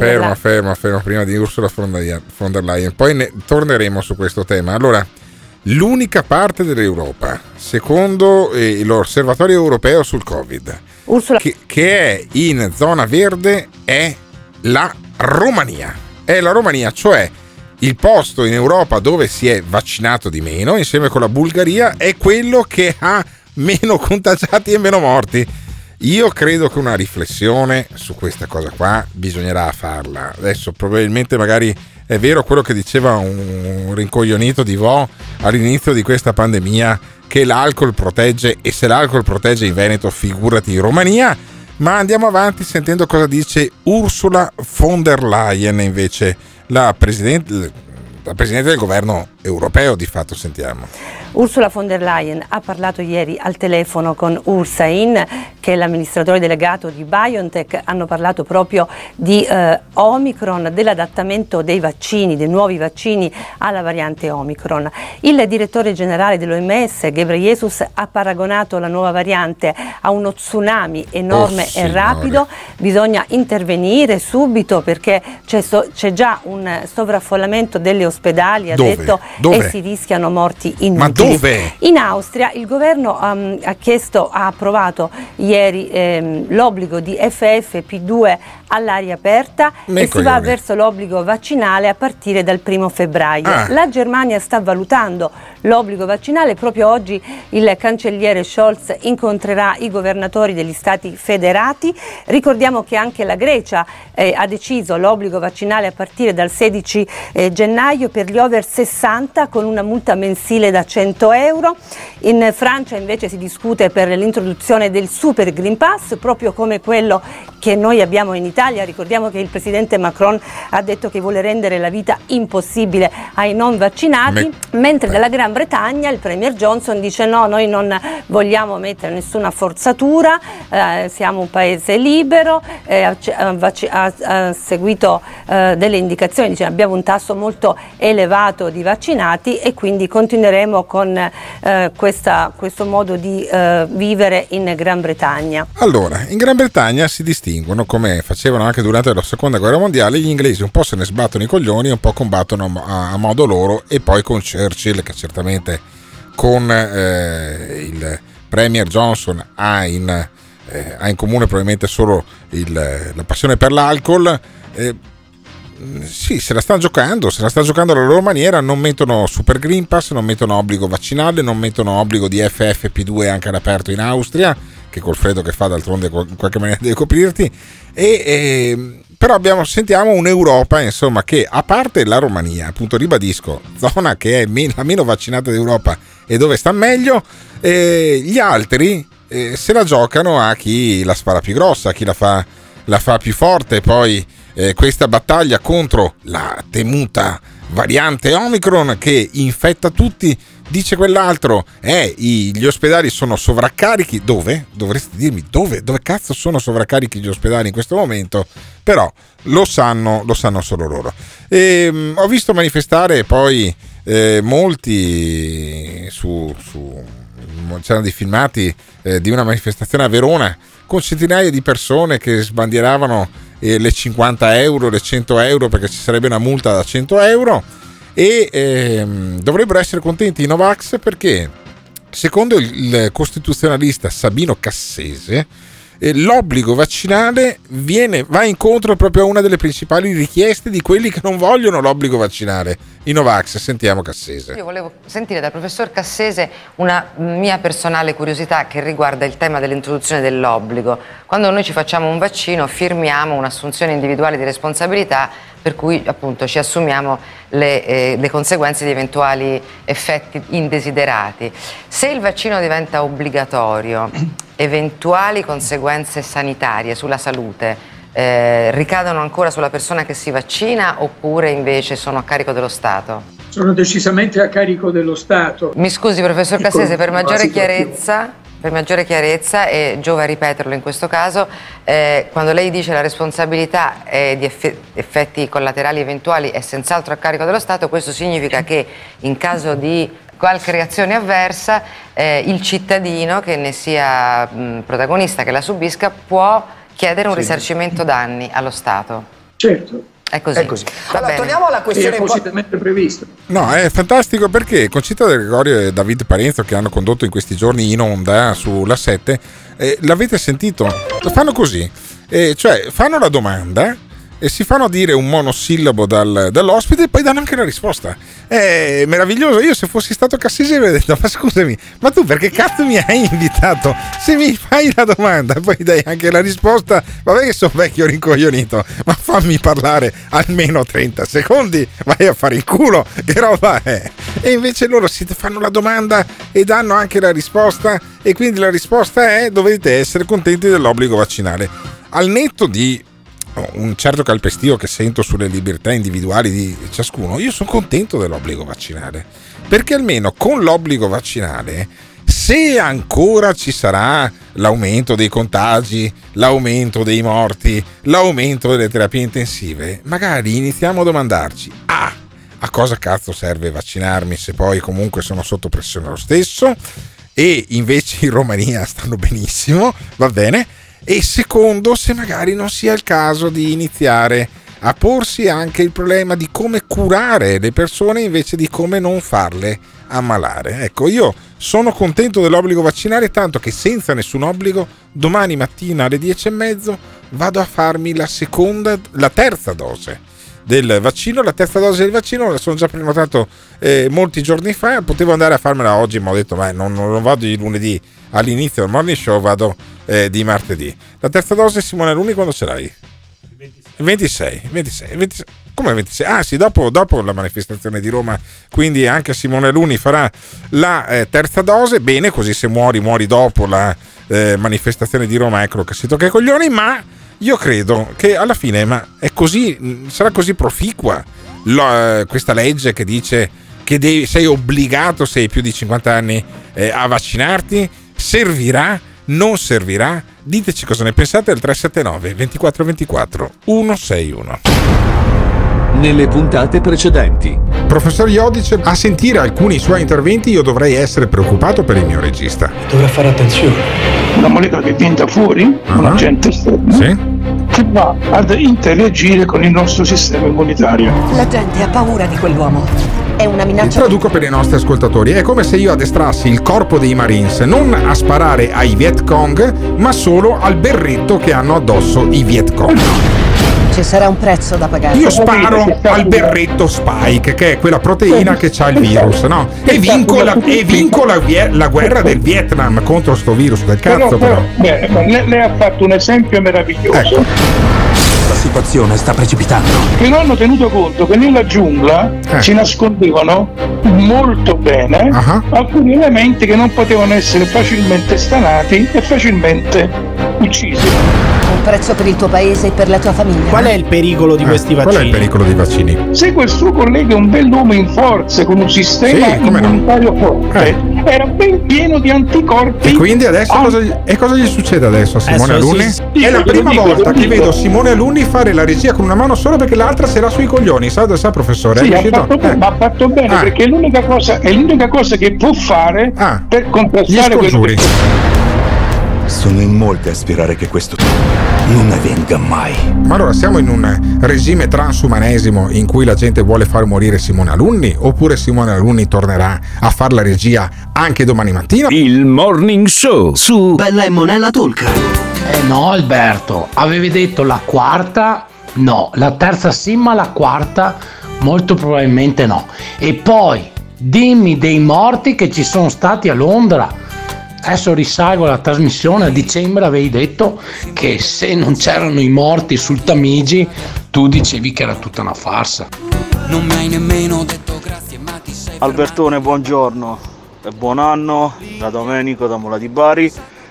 Speaker 7: prima di Ursula von der Leyen, poi torneremo su questo tema. Allora, l'unica parte dell'Europa, secondo l'Osservatorio Europeo sul Covid, che è in zona verde, è la Romania. È la Romania, cioè il posto in Europa dove si è vaccinato di meno, insieme con la Bulgaria, è quello che ha meno contagiati e meno morti. Io credo che una riflessione su questa cosa qua bisognerà farla. Adesso probabilmente magari è vero quello che diceva un rincoglionito di Vo all'inizio di questa pandemia, che l'alcol protegge, e se l'alcol protegge in Veneto figurati in Romania. Ma andiamo avanti sentendo cosa dice Ursula von der Leyen, invece la presidente del governo europeo, di fatto. Sentiamo.
Speaker 19: Ursula von der Leyen ha parlato ieri al telefono con Ursain, che è l'amministratore delegato di BioNTech. Hanno parlato proprio di Omicron, dell'adattamento dei vaccini, dei nuovi vaccini alla variante Omicron. Il direttore generale dell'OMS, Ghebreyesus, ha paragonato la nuova variante a uno tsunami enorme e rapido. Bisogna intervenire subito perché c'è già un sovraffollamento delle ospedali, ha detto, e si rischiano morti inutili.
Speaker 7: Ma dove?
Speaker 19: In Austria il governo ha approvato ieri l'obbligo di FFP2 all'aria aperta e si va verso l'obbligo vaccinale a partire dal 1° febbraio. La Germania sta valutando l'obbligo vaccinale. Proprio oggi il cancelliere Scholz incontrerà i governatori degli stati federati. Ricordiamo che anche la Grecia ha deciso l'obbligo vaccinale a partire dal 16 gennaio per gli over 60 con una multa mensile da 100 euro. In Francia invece si discute per l'introduzione del Super Green Pass, proprio come quello che noi abbiamo in Italia. Ricordiamo che il presidente Macron ha detto che vuole rendere la vita impossibile ai non vaccinati, mentre dalla Gran Bretagna il premier Johnson dice no, noi non vogliamo mettere nessuna forzatura, siamo un paese libero, ha seguito delle indicazioni, dice abbiamo un tasso molto elevato di vaccinati e quindi continueremo con questo modo di vivere in Gran Bretagna.
Speaker 7: Allora, in Gran Bretagna si distinguono, come faceva facevano anche durante la seconda guerra mondiale. Gli inglesi un po' se ne sbattono i coglioni, un po' combattono a modo loro, e poi con Churchill, che certamente con il Premier Johnson ha in comune probabilmente solo la passione per l'alcol. Sì, se la stanno giocando alla loro maniera. Non mettono Super Green Pass, non mettono obbligo vaccinale, non mettono obbligo di FFP2 anche all'aperto in Austria, che col freddo che fa d'altronde in qualche maniera deve coprirti. Però sentiamo un'Europa, insomma, che a parte la Romania, appunto ribadisco, zona che è la meno vaccinata d'Europa e dove sta meglio, gli altri se la giocano a chi la spara più grossa, a chi la fa più forte. Poi questa battaglia contro la temuta variante Omicron che infetta tutti, dice quell'altro, gli ospedali sono sovraccarichi. Dove? Dovresti dirmi dove cazzo sono sovraccarichi gli ospedali in questo momento, però lo sanno solo loro. Ho visto manifestare poi molti c'erano dei filmati di una manifestazione a Verona con centinaia di persone che sbandieravano le 50 euro, le 100 euro, perché ci sarebbe una multa da 100 euro, e dovrebbero essere contenti i Novax, perché secondo il costituzionalista Sabino Cassese l'obbligo vaccinale va incontro proprio a una delle principali richieste di quelli che non vogliono l'obbligo vaccinale, i Novax. Sentiamo Cassese.
Speaker 16: Io volevo sentire dal professor Cassese una mia personale curiosità che riguarda il tema dell'introduzione dell'obbligo. Quando noi ci facciamo un vaccino firmiamo un'assunzione individuale di responsabilità, per cui appunto ci assumiamo le conseguenze di eventuali effetti indesiderati. Se il vaccino diventa obbligatorio, eventuali conseguenze sanitarie sulla salute ricadono ancora sulla persona che si vaccina, oppure invece sono a carico dello Stato?
Speaker 20: Sono decisamente a carico dello Stato.
Speaker 16: Mi scusi, professor Cassese, per maggiore chiarezza, e giova ripeterlo in questo caso, quando lei dice la responsabilità di effetti collaterali eventuali è senz'altro a carico dello Stato, questo significa che in caso di qualche reazione avversa il cittadino, che ne sia protagonista, che la subisca, può chiedere un risarcimento danni allo Stato.
Speaker 20: Certo.
Speaker 16: È così.
Speaker 21: Allora, torniamo alla questione.
Speaker 20: È appositamente previsto.
Speaker 7: No, è fantastico, perché Concita De Gregorio e David Parenzo, che hanno condotto in questi giorni in onda sulla 7, l'avete sentito? Fanno così, cioè fanno la domanda e si fanno dire un monosillabo dall'ospite e poi danno anche la risposta. È meraviglioso. Io se fossi stato Cassese avrei detto: ma scusami, ma tu perché cazzo mi hai invitato? Se mi fai la domanda e poi dai anche la risposta, vabbè che sono vecchio rincoglionito, ma fammi parlare almeno 30 secondi, vai a fare il culo, che roba è? E invece loro si fanno la domanda e danno anche la risposta, e quindi la risposta è: dovete essere contenti dell'obbligo vaccinale. Al netto di un certo calpestio che sento sulle libertà individuali di ciascuno, io sono contento dell'obbligo vaccinale, perché almeno con l'obbligo vaccinale, se ancora ci sarà l'aumento dei contagi, l'aumento dei morti, l'aumento delle terapie intensive, magari iniziamo a domandarci: a cosa cazzo serve vaccinarmi se poi comunque sono sotto pressione lo stesso, e invece in Romania stanno benissimo, va bene? E secondo, se magari non sia il caso di iniziare a porsi anche il problema di come curare le persone invece di come non farle ammalare. Ecco, io sono contento dell'obbligo vaccinale, tanto che senza nessun obbligo domani mattina alle 10:30 vado a farmi la terza dose del vaccino. La terza dose del vaccino la sono già prenotato molti giorni fa, potevo andare a farmela oggi, ma ho detto non vado di lunedì all'inizio del morning show, vado di martedì. La terza dose, Simone Alunni, quando ce l'hai? Il 26. Come il 26? Ah sì, dopo la manifestazione di Roma, quindi anche Simone Alunni farà la terza dose. Bene, così se muori dopo la manifestazione di Roma, ecco che si tocca i coglioni. Ma io credo che alla fine è così, sarà così proficua questa legge che dice che sei obbligato, se hai più di 50 anni, a vaccinarti. Servirà? Non servirà? Diteci cosa ne pensate al 379 24 24 161.
Speaker 18: Nelle puntate precedenti,
Speaker 7: professor Iodice, a sentire alcuni suoi interventi io dovrei essere preoccupato per il mio regista.
Speaker 23: Dovrà fare attenzione.
Speaker 20: Una molecola che viene da fuori, un agente esterno,
Speaker 7: sì,
Speaker 23: che va ad interagire con il nostro sistema immunitario.
Speaker 8: La gente ha paura di quell'uomo. È una minaccia.
Speaker 7: Traduco per i nostri ascoltatori: è come se io addestrassi il corpo dei Marines non a sparare ai Viet Cong, ma solo al berretto che hanno addosso i Viet Cong.
Speaker 8: Ci sarà un prezzo da pagare.
Speaker 7: Io sparo al berretto Spike, che è quella proteina che c'ha il virus, no? E vinco la guerra del Vietnam contro sto virus del cazzo, però.
Speaker 23: Lei ha fatto un esempio meraviglioso.
Speaker 7: Ecco.
Speaker 12: La situazione sta precipitando.
Speaker 23: Che non hanno tenuto conto che nella giungla si nascondevano molto bene alcuni elementi che non potevano essere facilmente stanati e facilmente uccisi.
Speaker 8: Un prezzo per il tuo paese e per la tua famiglia.
Speaker 12: Qual è il pericolo di questi vaccini?
Speaker 7: Qual è il pericolo dei vaccini?
Speaker 23: Se quel suo collega è un bell'uomo in forza con un sistema immunitario forte, era ben pieno di anticorpi.
Speaker 7: E quindi adesso cosa gli succede adesso a Simone Alunni? È la prima volta che vedo Simone Alunni fare la regia con una mano sola, perché l'altra se l'ha sui coglioni, sa professore?
Speaker 23: Sì, ha fatto bene, perché è l'unica cosa che può fare per contrastare quello che...
Speaker 12: Sono in molti a sperare che questo non avvenga mai.
Speaker 7: Ma allora siamo in un regime transumanesimo in cui la gente vuole far morire Simone Alunni, oppure Simone Alunni tornerà a far la regia anche domani mattina?
Speaker 1: Il Morning Show su
Speaker 12: Bella e Monella Talk.
Speaker 15: No, Alberto, avevi detto la quarta? No, la terza sì, ma la quarta molto probabilmente no. E poi dimmi dei morti che ci sono stati a Londra. Adesso risalgo alla trasmissione, a dicembre avevi detto che se non c'erano i morti sul Tamigi tu dicevi che era tutta una farsa.
Speaker 12: Non mi hai nemmeno detto grazie, ma ti sei...
Speaker 4: Albertone, buongiorno e buon anno da Domenico da Mola di Bari.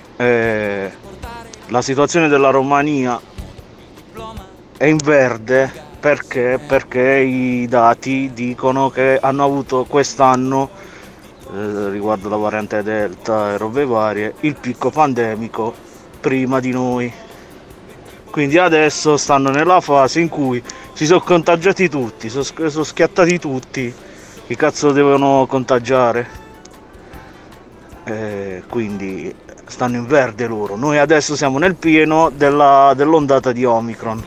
Speaker 4: La situazione della Romania è in verde perché i dati dicono che hanno avuto quest'anno, riguardo la variante Delta e robe varie, il picco pandemico prima di noi. Quindi adesso stanno nella fase in cui si sono contagiati tutti, sono schiattati tutti, chi cazzo devono contagiare? Quindi stanno in verde loro. Noi adesso siamo nel pieno dell'ondata di Omicron.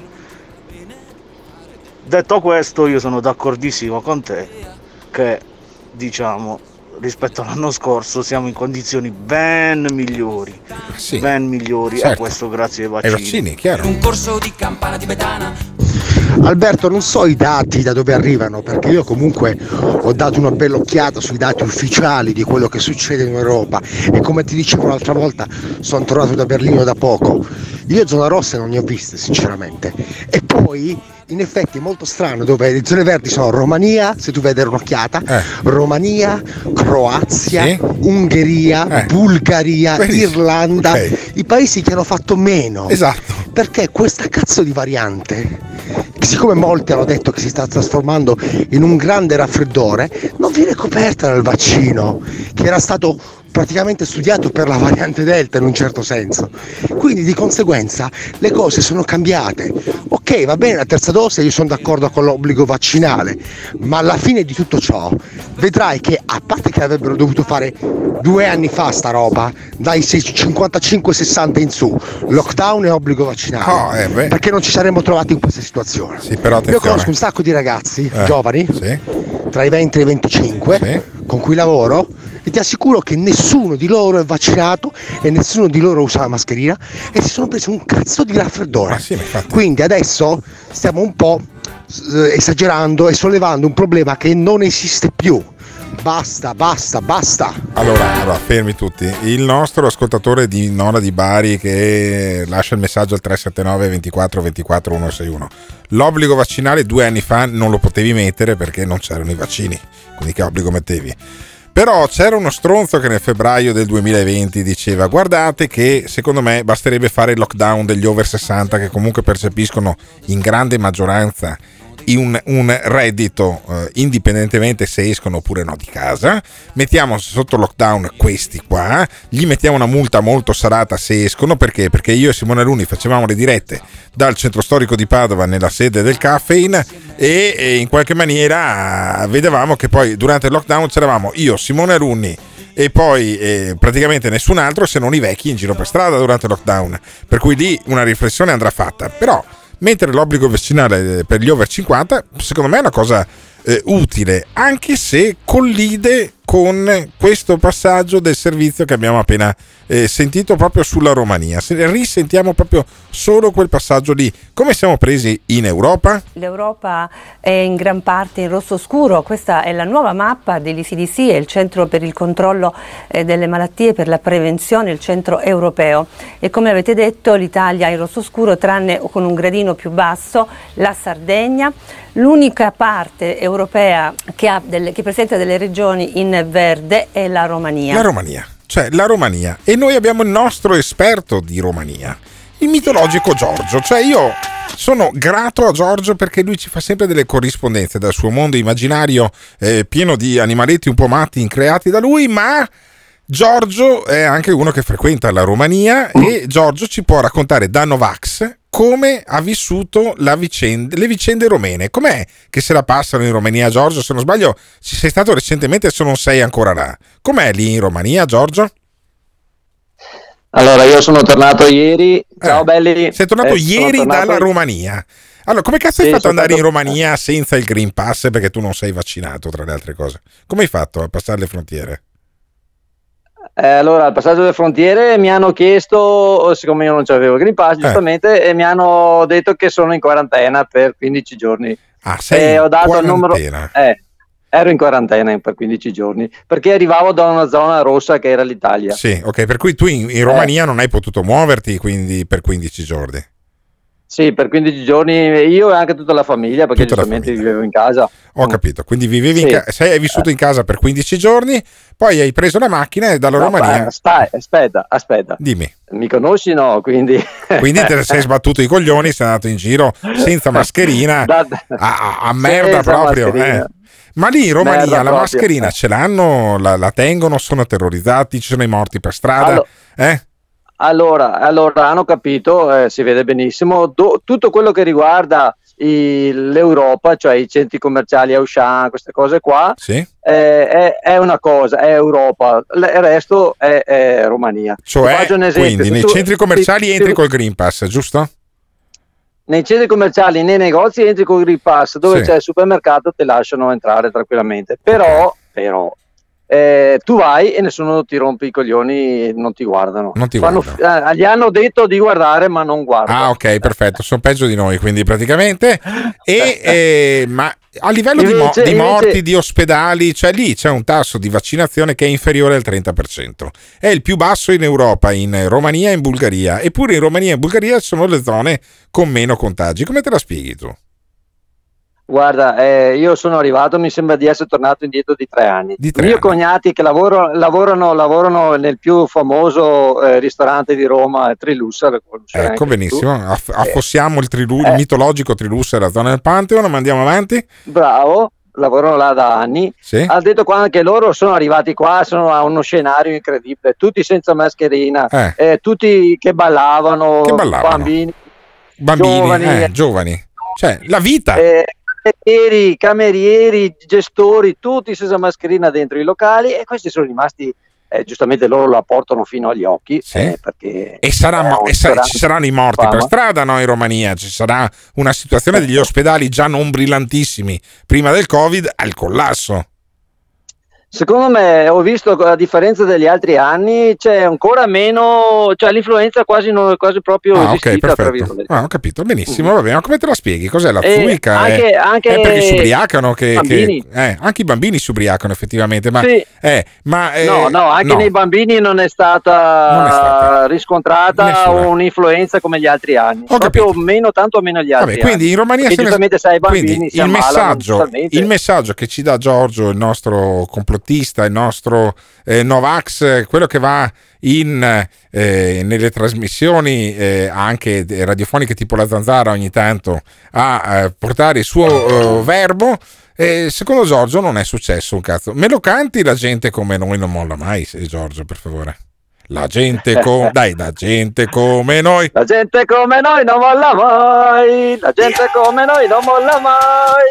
Speaker 4: Detto questo, io sono d'accordissimo con te che, diciamo, rispetto all'anno scorso siamo in condizioni ben migliori,
Speaker 7: certo.
Speaker 4: E questo grazie ai vaccini.
Speaker 7: Vaccini, chiaro.
Speaker 12: Un corso di campana di Betana.
Speaker 3: Alberto, non so i dati da dove arrivano, perché io comunque ho dato una bella occhiata sui dati ufficiali di quello che succede in Europa e, come ti dicevo l'altra volta, sono tornato da Berlino da poco. Io zona rossa non ne ho viste sinceramente, e poi in effetti è molto strano, dove le zone verdi sono Romania, se tu vedi un'occhiata, Romania, Croazia, Ungheria, Bulgaria, Irlanda, i paesi che hanno fatto meno.
Speaker 7: Esatto.
Speaker 3: Perché questa cazzo di variante, siccome molti hanno detto che si sta trasformando in un grande raffreddore, non viene coperta dal vaccino, che era stato praticamente studiato per la variante Delta in un certo senso. Quindi di conseguenza le cose sono cambiate. Ok, va bene la terza dose, io sono d'accordo con l'obbligo vaccinale, ma alla fine di tutto ciò vedrai che, a parte che avrebbero dovuto fare 2 anni fa sta roba, dai 55-60 in su, lockdown e obbligo vaccinale, perché non ci saremmo trovati in questa situazione.
Speaker 7: Sì, però
Speaker 3: io conosco un sacco di ragazzi giovani, tra i 20 e i 25, con cui lavoro, e ti assicuro che nessuno di loro è vaccinato e nessuno di loro usa la mascherina e si sono presi un cazzo di raffreddore. Quindi adesso stiamo un po' esagerando e sollevando un problema che non esiste più. Basta.
Speaker 7: Allora, fermi tutti. Il nostro ascoltatore di Nona di Bari che lascia il messaggio al 379 24 24 161. L'obbligo vaccinale 2 anni fa non lo potevi mettere perché non c'erano i vaccini. Quindi che obbligo mettevi? Però c'era uno stronzo che nel febbraio del 2020 diceva: guardate che secondo me basterebbe fare il lockdown degli over 60, che comunque percepiscono in grande maggioranza un reddito indipendentemente se escono oppure no di casa, mettiamo sotto lockdown questi qua, gli mettiamo una multa molto salata se escono. Perché io e Simone Alunni facevamo le dirette dal centro storico di Padova nella sede del Caffeine e in qualche maniera vedevamo che poi durante il lockdown c'eravamo io, Simone Alunni e poi praticamente nessun altro se non i vecchi in giro per strada durante il lockdown, per cui lì una riflessione andrà fatta. Però mentre l'obbligo vaccinale per gli over 50 secondo me è una cosa utile, anche se collide con questo passaggio del servizio che abbiamo appena sentito proprio sulla Romania. Se risentiamo proprio solo quel passaggio lì, come siamo presi in Europa?
Speaker 19: L'Europa è in gran parte in rosso scuro. Questa è la nuova mappa dell'ECDC, è il centro per il controllo delle malattie, per la prevenzione, il centro europeo, e come avete detto l'Italia è in rosso scuro, tranne con un gradino più basso la Sardegna. L'unica parte europea che presenta delle regioni in verde è la Romania. La Romania. E noi abbiamo il nostro esperto di Romania, il mitologico Giorgio. Cioè io sono grato a Giorgio perché lui ci fa sempre delle corrispondenze dal suo mondo immaginario pieno di animaletti un po' matti increati da lui, ma Giorgio è anche uno che frequenta la Romania e Giorgio ci può raccontare da Novax come ha vissuto le vicende romene. Com'è che se la passano in Romania, Giorgio? Se non sbaglio ci sei stato recentemente, se non sei ancora là. Com'è lì in Romania, Giorgio?
Speaker 11: Allora, io sono tornato ieri. Ciao belli.
Speaker 7: Sei tornato ieri dalla Romania. Allora, come cazzo hai fatto ad andare in Romania senza il Green Pass, perché tu non sei vaccinato, tra le altre cose? Come hai fatto a passare le frontiere?
Speaker 11: Allora, al passaggio delle frontiere mi hanno chiesto, siccome io non c'avevo il Green Pass, giustamente, e mi hanno detto che sono in quarantena per 15 giorni.
Speaker 7: Ah, sei
Speaker 11: ho dato
Speaker 7: il
Speaker 11: numero. Ero in quarantena per 15 giorni perché arrivavo da una zona rossa che era l'Italia.
Speaker 7: Sì, ok, per cui tu in Romania non hai potuto muoverti quindi per 15 giorni.
Speaker 11: Sì, per 15 giorni io e anche tutta la famiglia, perché giustamente vivevo in casa.
Speaker 7: Ho capito, quindi vivevi in casa, hai vissuto in casa per 15 giorni, poi hai preso la macchina e dalla Romania...
Speaker 11: Aspetta.
Speaker 7: Dimmi.
Speaker 11: Mi conosci, no? Quindi
Speaker 7: te sei sbattuto i coglioni, sei andato in giro senza mascherina, a merda proprio. Ma lì in Romania la mascherina ce l'hanno, la tengono, sono terrorizzati, ci sono i morti per strada,
Speaker 11: Allora, hanno capito, si vede benissimo, tutto quello che riguarda l'Europa, cioè i centri commerciali Auchan, queste cose qua, è una cosa, è Europa, il resto è Romania.
Speaker 7: Cioè, faccio un esempio, quindi nei centri commerciali entri col Green Pass, giusto?
Speaker 11: Nei centri commerciali, nei negozi entri col Green Pass, dove c'è il supermercato te lasciano entrare tranquillamente, però tu vai e nessuno ti rompe i coglioni, non ti guardano. Gli hanno detto di guardare ma non guardano.
Speaker 7: Ah, ok, perfetto, sono peggio di noi quindi praticamente. Ma a livello di morti, di ospedali, cioè lì c'è un tasso di vaccinazione che è inferiore al 30%, è il più basso in Europa, in Romania e in Bulgaria, eppure in Romania e in Bulgaria sono le zone con meno contagi. Come te la spieghi tu?
Speaker 11: Guarda, io sono arrivato, mi sembra di essere tornato indietro di 3 anni. I miei cognati che lavorano nel più famoso ristorante di Roma, Trilusser.
Speaker 7: Ecco, benissimo, affossiamo il mitologico Trilusser, la zona del Pantheon, ma andiamo avanti.
Speaker 11: Bravo, lavorano là da anni. Ha detto qua che loro sono arrivati qua, sono a uno scenario incredibile, tutti senza mascherina, tutti che ballavano, bambini,
Speaker 7: giovani. Cioè, la vita.
Speaker 11: Camerieri, gestori, tutti senza mascherina dentro i locali, e questi sono rimasti, giustamente loro la portano fino agli occhi, perché
Speaker 7: ci saranno i morti per strada, no? In Romania ci sarà una situazione degli ospedali già non brillantissimi prima del Covid al collasso.
Speaker 11: Secondo me, ho visto, a differenza degli altri anni, c'è ancora meno, cioè l'influenza quasi proprio esistita.
Speaker 7: Ok, perfetto. Ho capito, benissimo, va bene. Ma come te la spieghi? Cos'è la zuica?
Speaker 11: Anche
Speaker 7: perché si ubriacano, anche i bambini si ubriacano effettivamente, ma,
Speaker 11: nei bambini non è stata riscontrata un'influenza come gli altri anni. Proprio tanto meno gli altri anni.
Speaker 7: Quindi in Romania
Speaker 11: giustamente sai, i bambini si ammalano.
Speaker 7: Il messaggio che ci dà Giorgio, il nostro complottista, il nostro Novax, quello che va nelle trasmissioni anche radiofoniche tipo La Zanzara ogni tanto a portare il suo verbo, secondo Giorgio non è successo un cazzo. Me lo canti la gente come noi non molla mai, Giorgio, per favore? La gente come noi.
Speaker 11: La gente come noi non molla mai. La gente come noi non molla mai.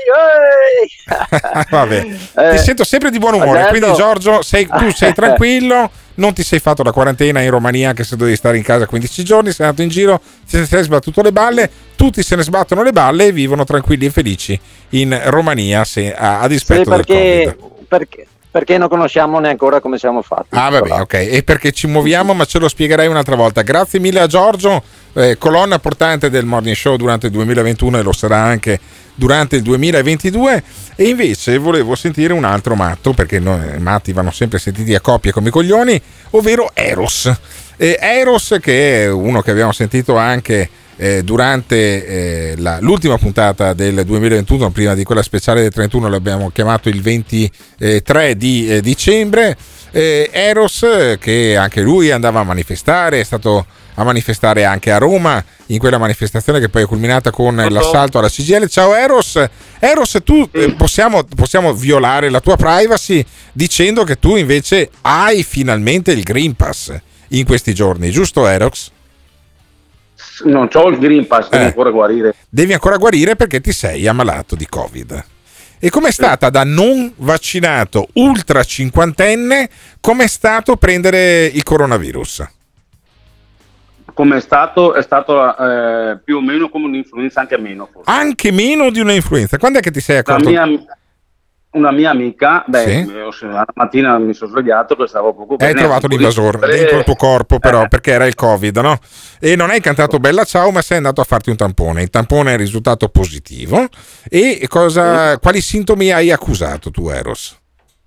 Speaker 7: Vabbè, ti sento sempre di buon umore, quindi Giorgio, tu sei tranquillo, non ti sei fatto la quarantena in Romania, anche se dovevi stare in casa 15 giorni, sei andato in giro, ti sei sbattuto le balle, tutti se ne sbattono le balle e vivono tranquilli e felici in Romania a dispetto del Covid.
Speaker 11: Perché non conosciamo neanche ancora come siamo fatti.
Speaker 7: Ah, vabbè, ok. E perché ci muoviamo, ma ce lo spiegherai un'altra volta. Grazie mille a Giorgio, colonna portante del Morning Show durante il 2021 e lo sarà anche durante il 2022. E invece volevo sentire un altro matto, perché noi matti vanno sempre sentiti a coppie come i coglioni, ovvero Eros. Eros, che è uno che abbiamo sentito anche durante l'ultima puntata del 2021, prima di quella speciale del 31, l'abbiamo chiamato il 23 di dicembre. Eros, che anche lui andava a manifestare, è stato a manifestare anche a Roma, in quella manifestazione che poi è culminata con l'assalto alla CGIL. Ciao Eros, tu possiamo violare la tua privacy dicendo che tu invece hai finalmente il Green Pass in questi giorni, giusto Eros?
Speaker 5: Non c'ho il Green Pass, devo ancora guarire.
Speaker 7: Devi ancora guarire perché ti sei ammalato di Covid. E com'è stata da non vaccinato ultra cinquantenne, com'è stato prendere il coronavirus?
Speaker 5: Come è stato più o meno come un'influenza, anche meno forse.
Speaker 7: Anche meno di un'influenza? Quando è che ti sei accorto?
Speaker 5: Una mia amica,
Speaker 7: Sì.
Speaker 5: la mattina mi sono svegliato che stavo poco bene.
Speaker 7: Hai trovato l'invasore dentro il tuo corpo, però, perché era il Covid, no? E non hai cantato bella ciao, ma sei andato a farti un tampone. Il tampone è risultato positivo. E quali sintomi hai accusato tu, Eros?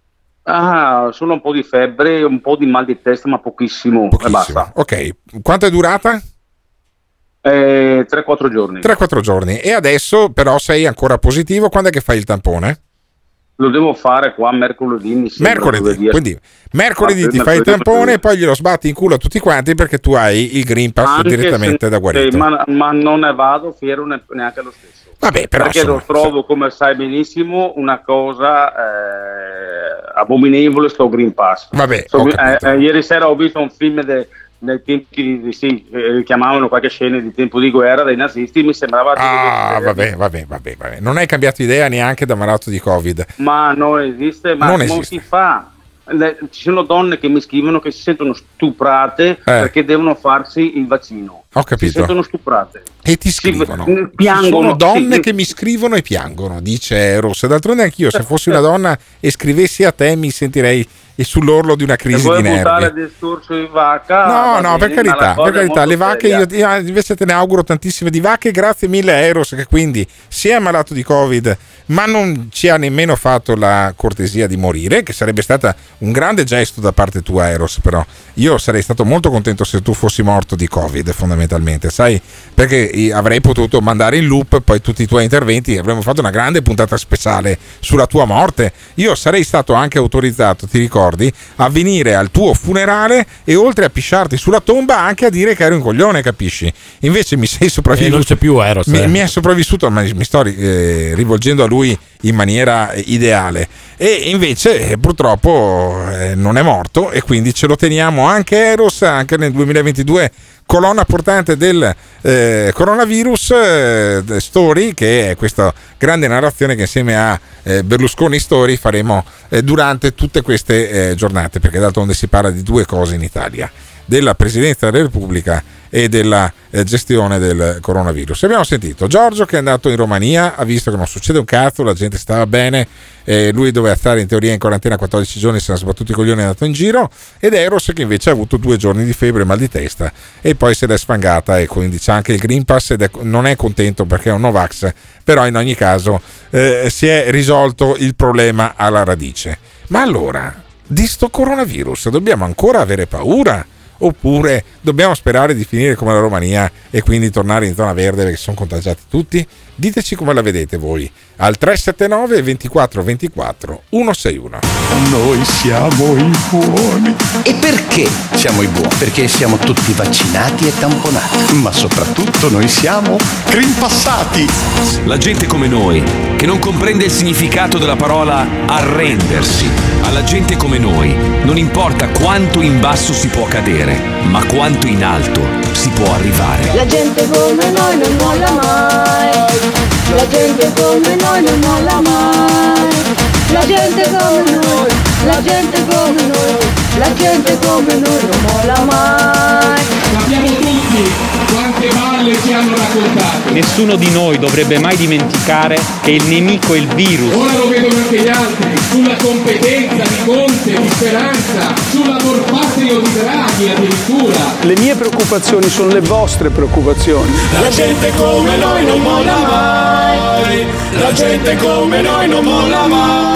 Speaker 5: Solo un po' di febbre, un po' di mal di testa, ma pochissimo. E basta.
Speaker 7: Ok, quanto è durata?
Speaker 5: 3-4 giorni.
Speaker 7: 3-4 giorni. E adesso però sei ancora positivo. Quando è che fai il tampone?
Speaker 5: Lo devo fare qua mercoledì.
Speaker 7: Quindi mercoledì ti fai il tampone e poi glielo sbatti in culo a tutti quanti perché tu hai il Green Pass
Speaker 5: Anche
Speaker 7: direttamente da guarito.
Speaker 5: Ma non ne vado fiero neanche lo stesso.
Speaker 7: Vabbè, però
Speaker 5: perché lo trovo, come sai benissimo, una cosa abominevole sto Green Pass.
Speaker 7: Vabbè,
Speaker 5: ieri sera ho visto un film nei tempi chiamavano qualche scena di tempo di guerra dei nazisti, mi sembrava
Speaker 7: vabbè. Non hai cambiato idea neanche da malato di Covid.
Speaker 5: Ma non esiste, non si fa. Ci sono donne che mi scrivono che si sentono stuprate perché devono farsi il vaccino.
Speaker 7: Ho capito.
Speaker 5: Si sentono stuprate
Speaker 7: e ti scrivono.
Speaker 5: Piangono.
Speaker 7: Ci sono donne che mi scrivono e piangono, dice Eros. D'altronde anch'io, se fossi una donna e scrivessi a te, mi sentirei sull'orlo di una crisi di nervi.
Speaker 5: Buttare il discorso di vacca?
Speaker 7: No, per carità, le vacche io invece te ne auguro tantissime di vacche. Grazie mille a Eros, che quindi si è ammalato di Covid ma non ci ha nemmeno fatto la cortesia di morire, che sarebbe stata un grande gesto da parte tua, Eros. Però io sarei stato molto contento se tu fossi morto di Covid, fondamentalmente, sai, perché avrei potuto mandare in loop poi tutti i tuoi interventi, avremmo fatto una grande puntata speciale sulla tua morte. Io sarei stato anche autorizzato, ti ricordi, a venire al tuo funerale e oltre a pisciarti sulla tomba anche a dire che eri un coglione, capisci? Invece mi sei sopravvissuto.
Speaker 17: Non c'è più Eros.
Speaker 7: Mi è sopravvissuto, ma mi sto rivolgendo a lui in maniera ideale, e invece purtroppo non è morto, e quindi ce lo teniamo anche Eros, anche nel 2022 colonna portante del coronavirus story, che è questa grande narrazione che insieme a Berlusconi Story faremo durante tutte queste giornate, perché d'altronde si parla di due cose in Italia: della Presidenza della Repubblica e della gestione del coronavirus. Abbiamo sentito Giorgio che è andato in Romania, ha visto che non succede un cazzo, la gente stava bene, lui doveva stare in teoria in quarantena 14 giorni, si è sbattuto i coglioni e è andato in giro, ed Eros che invece ha avuto 2 giorni di febbre e mal di testa e poi se l'è sfangata, e quindi c'ha anche il Green Pass ed non è contento perché è un Novax, però in ogni caso si è risolto il problema alla radice. Ma allora, di sto coronavirus dobbiamo ancora avere paura? Oppure dobbiamo sperare di finire come la Romania e quindi tornare in zona verde perché sono contagiati tutti? Diteci come la vedete voi al 379 24 24 161.
Speaker 12: Noi siamo i buoni.
Speaker 21: E perché siamo i buoni? Perché siamo tutti vaccinati e tamponati.
Speaker 12: Ma soprattutto noi siamo grimpassati.
Speaker 18: La gente come noi, che non comprende il significato della parola arrendersi, Alla gente come noi non importa quanto in basso si può cadere, ma quanto in alto si può arrivare.
Speaker 9: La gente come noi non molla mai. La gente come noi non molla mai. La gente come noi, la gente come noi, la gente come noi non molla mai.
Speaker 2: Sappiamo tutti quante balle ci hanno raccontato.
Speaker 6: Nessuno di noi dovrebbe mai dimenticare che il nemico è il virus.
Speaker 2: Ora lo vedono anche gli altri, sulla competenza di Conte, di Speranza, sull'amor patrio di Draghi addirittura.
Speaker 23: Le mie preoccupazioni sono le vostre preoccupazioni.
Speaker 2: La gente come noi non molla mai. La gente come noi non molla mai.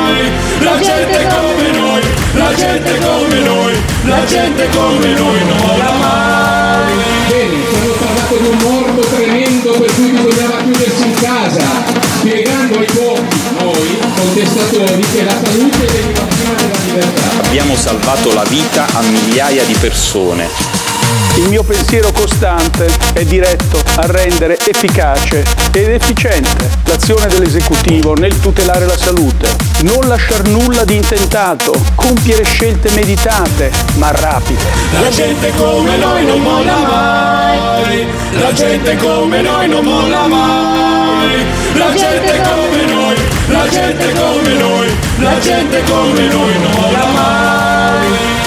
Speaker 2: La gente come noi, la gente come noi, la gente come noi non molla mai. Bene, ci hanno parlato di un morbo tremendo per cui bisognava chiudersi in casa, spiegando ai pochi, noi, contestatori, che la salute deriva prima della libertà.
Speaker 6: Abbiamo salvato la vita a migliaia di persone.
Speaker 23: Il mio pensiero costante è diretto a rendere efficace ed efficiente l'azione dell'esecutivo nel tutelare la salute, non lasciar nulla di intentato, compiere scelte meditate ma rapide.
Speaker 2: La gente come noi non molla mai. La gente come noi non molla mai. La gente come noi, la gente come noi, la gente come noi non molla mai.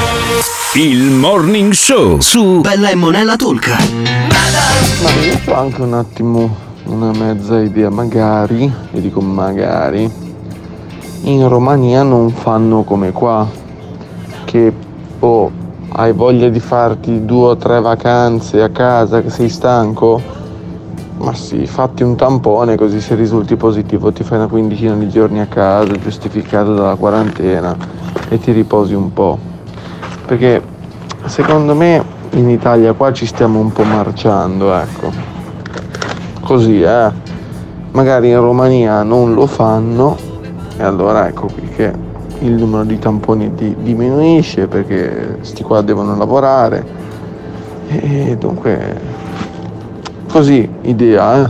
Speaker 1: Il Morning Show su
Speaker 18: Bella e Monella Talk.
Speaker 4: Ma io ho anche un attimo una mezza idea, magari, e dico magari, in Romania non fanno come qua, che hai voglia di farti 2 o 3 vacanze a casa, che sei stanco, ma sì, fatti un tampone, così se risulti positivo ti fai una quindicina di giorni a casa, giustificato dalla quarantena, e ti riposi un po'. Perché secondo me in Italia qua ci stiamo un po' marciando, ecco. Così, magari in Romania non lo fanno, e allora ecco qui che il numero di tamponi diminuisce, perché sti qua devono lavorare, e dunque così, idea,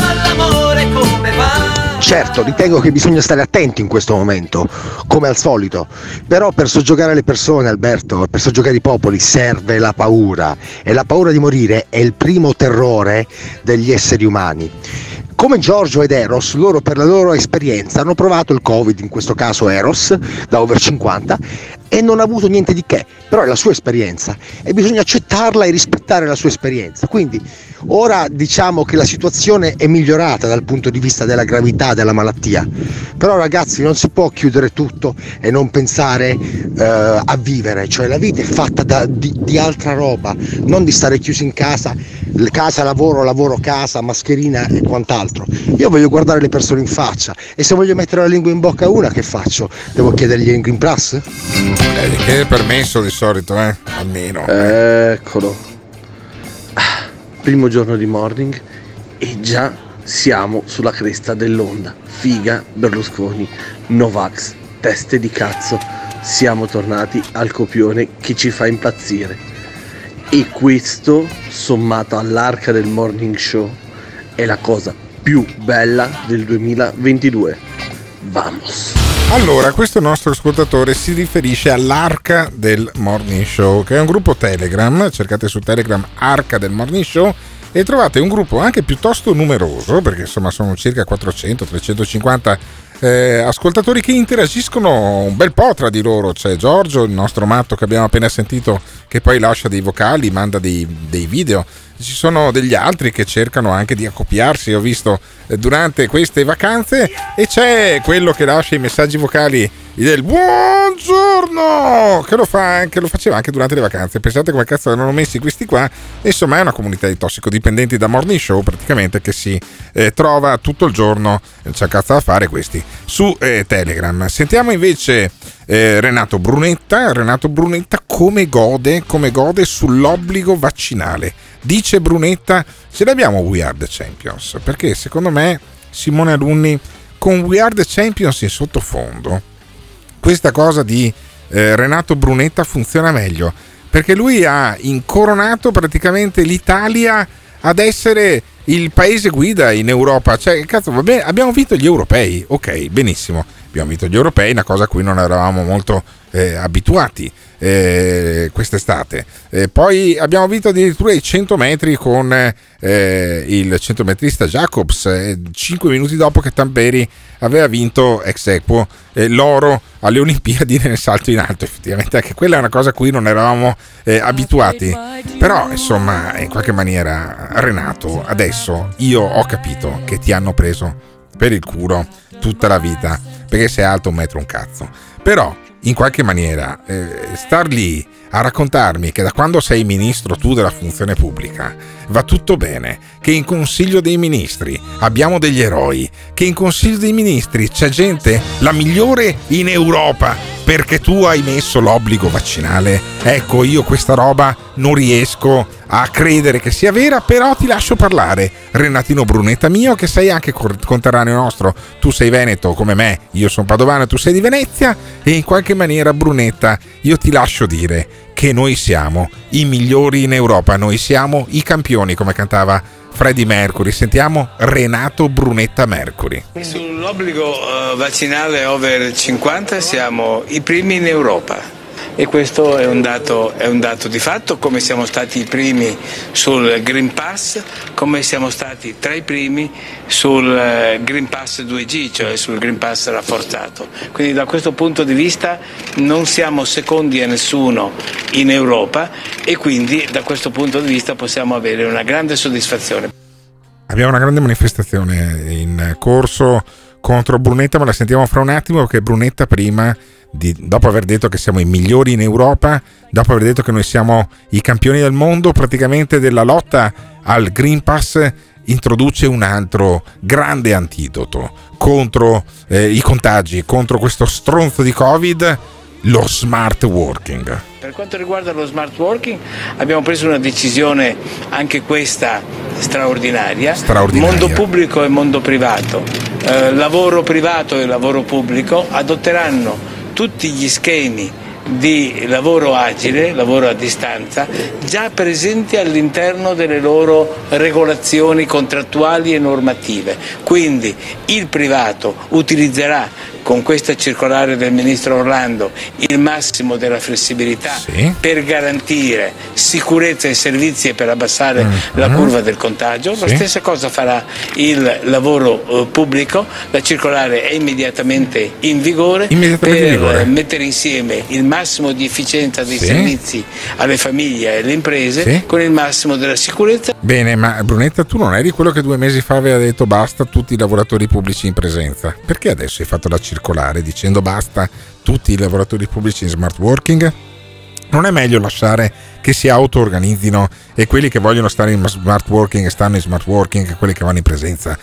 Speaker 3: Certo, ritengo che bisogna stare attenti in questo momento, come al solito, però per soggiogare le persone, Alberto, per soggiogare i popoli serve la paura, e la paura di morire è il primo terrore degli esseri umani. Come Giorgio ed Eros, loro per la loro esperienza hanno provato il Covid, in questo caso Eros, da over 50, e non ha avuto niente di che, però è la sua esperienza e bisogna accettarla e rispettare la sua esperienza. Quindi ora diciamo che la situazione è migliorata dal punto di vista della gravità della malattia, però ragazzi non si può chiudere tutto e non pensare a vivere, cioè la vita è fatta di altra roba, non di stare chiusi in casa, lavoro, casa, mascherina e quant'altro. Io voglio guardare le persone in faccia, e se voglio mettere la lingua in bocca a una, che faccio? Devo chiedergli il Green Pass?
Speaker 7: Che è permesso di solito, almeno.
Speaker 4: Eccolo. Primo giorno di morning e già siamo sulla cresta dell'onda. Figa Berlusconi, Novax, teste di cazzo. Siamo tornati al copione che ci fa impazzire. E questo, sommato all'arca del morning show, è la cosa più bella del 2022. Vamos!
Speaker 7: Allora, questo nostro ascoltatore si riferisce all'Arca del Morning Show, che è un gruppo Telegram. Cercate su Telegram Arca del Morning Show e trovate un gruppo anche piuttosto numeroso, perché insomma sono circa 400-350 ascoltatori che interagiscono un bel po' tra di loro. C'è Giorgio, il nostro matto che abbiamo appena sentito, che poi lascia dei vocali, manda dei video. Ci sono degli altri che cercano anche di accoppiarsi, ho visto durante queste vacanze, e c'è quello che lascia i messaggi vocali del buongiorno, che lo faceva anche durante le vacanze. Pensate come cazzo erano messi questi qua. Insomma, è una comunità di tossicodipendenti da morning show praticamente, che si trova tutto il giorno, c'è cazzo da fare questi, su Telegram. Sentiamo invece Renato Brunetta come gode sull'obbligo vaccinale. Dice Brunetta: ce l'abbiamo We Are The Champions, perché secondo me Simone Alunni con We Are The Champions in sottofondo questa cosa di Renato Brunetta funziona meglio, perché lui ha incoronato praticamente l'Italia ad essere il paese guida in Europa. Cioè, cazzo, va bene, abbiamo vinto gli europei, ok, benissimo, abbiamo vinto gli europei, una cosa a cui non eravamo molto abituati quest'estate. Poi abbiamo vinto addirittura i 100 metri con il centometrista Jacobs, 5 minuti dopo che Tamberi aveva vinto ex aequo l'oro alle Olimpiadi nel salto in alto. Effettivamente anche quella è una cosa a cui non eravamo abituati, però insomma in qualche maniera, Renato, adesso io ho capito che ti hanno preso per il culo tutta la vita perché sei alto 1 metro un cazzo, però in qualche maniera star lì a raccontarmi che da quando sei ministro tu della funzione pubblica va tutto bene, che in Consiglio dei Ministri abbiamo degli eroi, che in Consiglio dei Ministri c'è gente la migliore in Europa perché tu hai messo l'obbligo vaccinale, ecco, io questa roba non riesco a credere che sia vera, però ti lascio parlare, Renatino Brunetta mio, che sei anche conterraneo nostro, tu sei veneto come me, io sono padovano, tu sei di Venezia, e in qualche maniera, Brunetta, io ti lascio dire che noi siamo i migliori in Europa, noi siamo i campioni, come cantava Freddie Mercury. Sentiamo Renato Brunetta Mercury.
Speaker 10: Sull'obbligo vaccinale over 50 siamo i primi in Europa. E questo è un dato di fatto, come siamo stati i primi sul Green Pass, come siamo stati tra i primi sul Green Pass 2G, cioè sul Green Pass rafforzato. Quindi da questo punto di vista non siamo secondi a nessuno in Europa e quindi da questo punto di vista possiamo avere una grande soddisfazione.
Speaker 7: Abbiamo una grande manifestazione in corso contro Brunetta, ma la sentiamo fra un attimo perché Brunetta prima, dopo aver detto che siamo i migliori in Europa, dopo aver detto che noi siamo i campioni del mondo praticamente della lotta al Green Pass, introduce un altro grande antidoto contro i contagi, contro questo stronzo di Covid, lo smart working.
Speaker 10: Per quanto riguarda lo smart working abbiamo preso una decisione, anche questa straordinaria. Mondo pubblico e mondo privato, lavoro privato e lavoro pubblico adotteranno tutti gli schemi di lavoro agile, lavoro a distanza, già presenti all'interno delle loro regolazioni contrattuali e normative. Quindi il privato utilizzerà con questa circolare del ministro Orlando il massimo della flessibilità per garantire sicurezza ai servizi e per abbassare la curva del contagio. La stessa cosa farà il lavoro pubblico, la circolare è immediatamente in vigore per mettere insieme il massimo di efficienza dei servizi alle famiglie e alle imprese con il massimo della sicurezza.
Speaker 7: Bene, ma Brunetta, tu non eri quello che 2 mesi fa aveva detto basta tutti i lavoratori pubblici in presenza? Perché adesso hai fatto la circolare dicendo basta tutti i lavoratori pubblici in smart working? Non è meglio lasciare che si auto-organizzino e quelli che vogliono stare in smart working stanno in smart working e quelli che vanno in presenza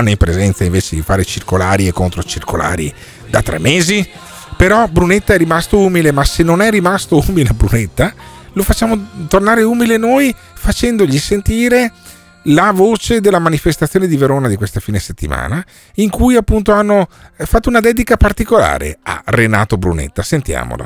Speaker 7: invece di fare circolari e controcircolari da 3 mesi? Però Brunetta è rimasto umile, ma se non è rimasto umile Brunetta, lo facciamo tornare umile noi facendogli sentire la voce della manifestazione di Verona di questa fine settimana, in cui appunto hanno fatto una dedica particolare a Renato Brunetta. Sentiamolo.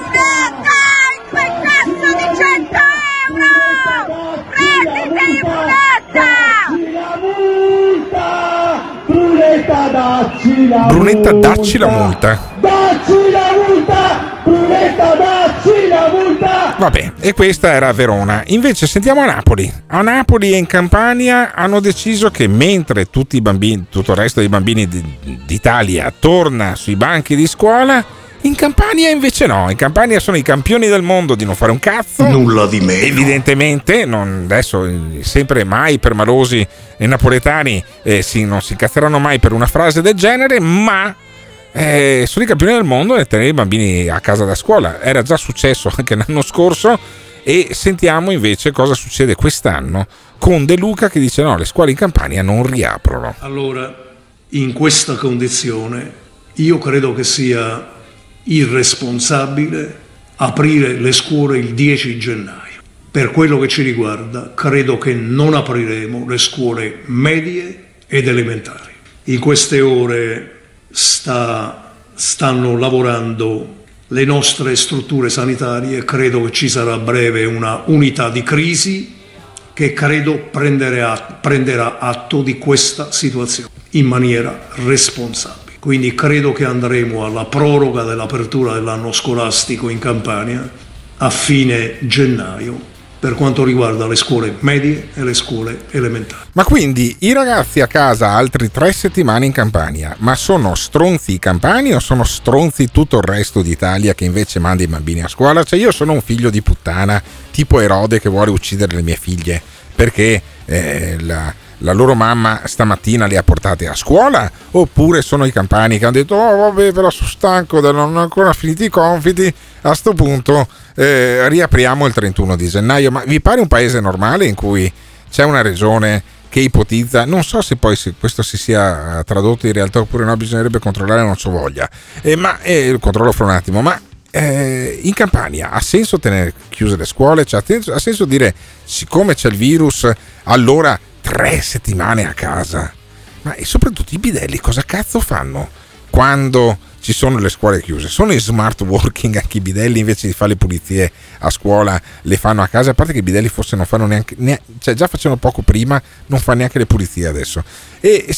Speaker 7: Brunetta, dacci la multa. Dacci la multa! Brunetta, dacci la multa! Vabbè, e questa era a Verona. Invece sentiamo a Napoli. A Napoli e in Campania hanno deciso che mentre tutto il resto dei bambini d'Italia torna sui banchi di scuola, in Campania invece no. In Campania sono i campioni del mondo di non fare un cazzo. Nulla di meno. Evidentemente, adesso sempre mai per malosi e napoletani non si incazzeranno mai per una frase del genere, ma sono i campioni del mondo nel tenere i bambini a casa da scuola. Era già successo anche l'anno scorso e sentiamo invece cosa succede quest'anno con De Luca che dice no, le scuole in Campania non riaprono.
Speaker 23: Allora, in questa condizione io credo che sia irresponsabile aprire le scuole il 10 gennaio. Per quello che ci riguarda, credo che non apriremo le scuole medie ed elementari. In queste ore stanno lavorando le nostre strutture sanitarie, credo che ci sarà a breve una unità di crisi che credo prenderà atto di questa situazione in maniera responsabile. Quindi credo che andremo alla proroga dell'apertura dell'anno scolastico in Campania a fine gennaio per quanto riguarda le scuole medie e le scuole elementari.
Speaker 7: Ma quindi i ragazzi a casa altri 3 settimane in Campania, ma sono stronzi i campani o sono stronzi tutto il resto d'Italia che invece manda i bambini a scuola? Cioè io sono un figlio di puttana tipo Erode che vuole uccidere le mie figlie perché la loro mamma stamattina le ha portate a scuola, oppure sono i campani che hanno detto vabbè, però sono stanco, non ho ancora finito i compiti, a sto punto riapriamo il 31 di gennaio. Ma vi pare un paese normale in cui c'è una regione che ipotizza, non so se poi questo si sia tradotto in realtà oppure no, bisognerebbe controllare, non so voglia, ma controllo fra un attimo, ma in Campania ha senso tenere chiuse le scuole? Cioè, ha senso dire siccome c'è il virus allora 3 settimane a casa? Ma e soprattutto i bidelli cosa cazzo fanno quando ci sono le scuole chiuse? Sono in smart working anche i bidelli, invece di fare le pulizie a scuola le fanno a casa? A parte che i bidelli forse non fanno neanche cioè già facevano poco prima, non fanno neanche le pulizie adesso. E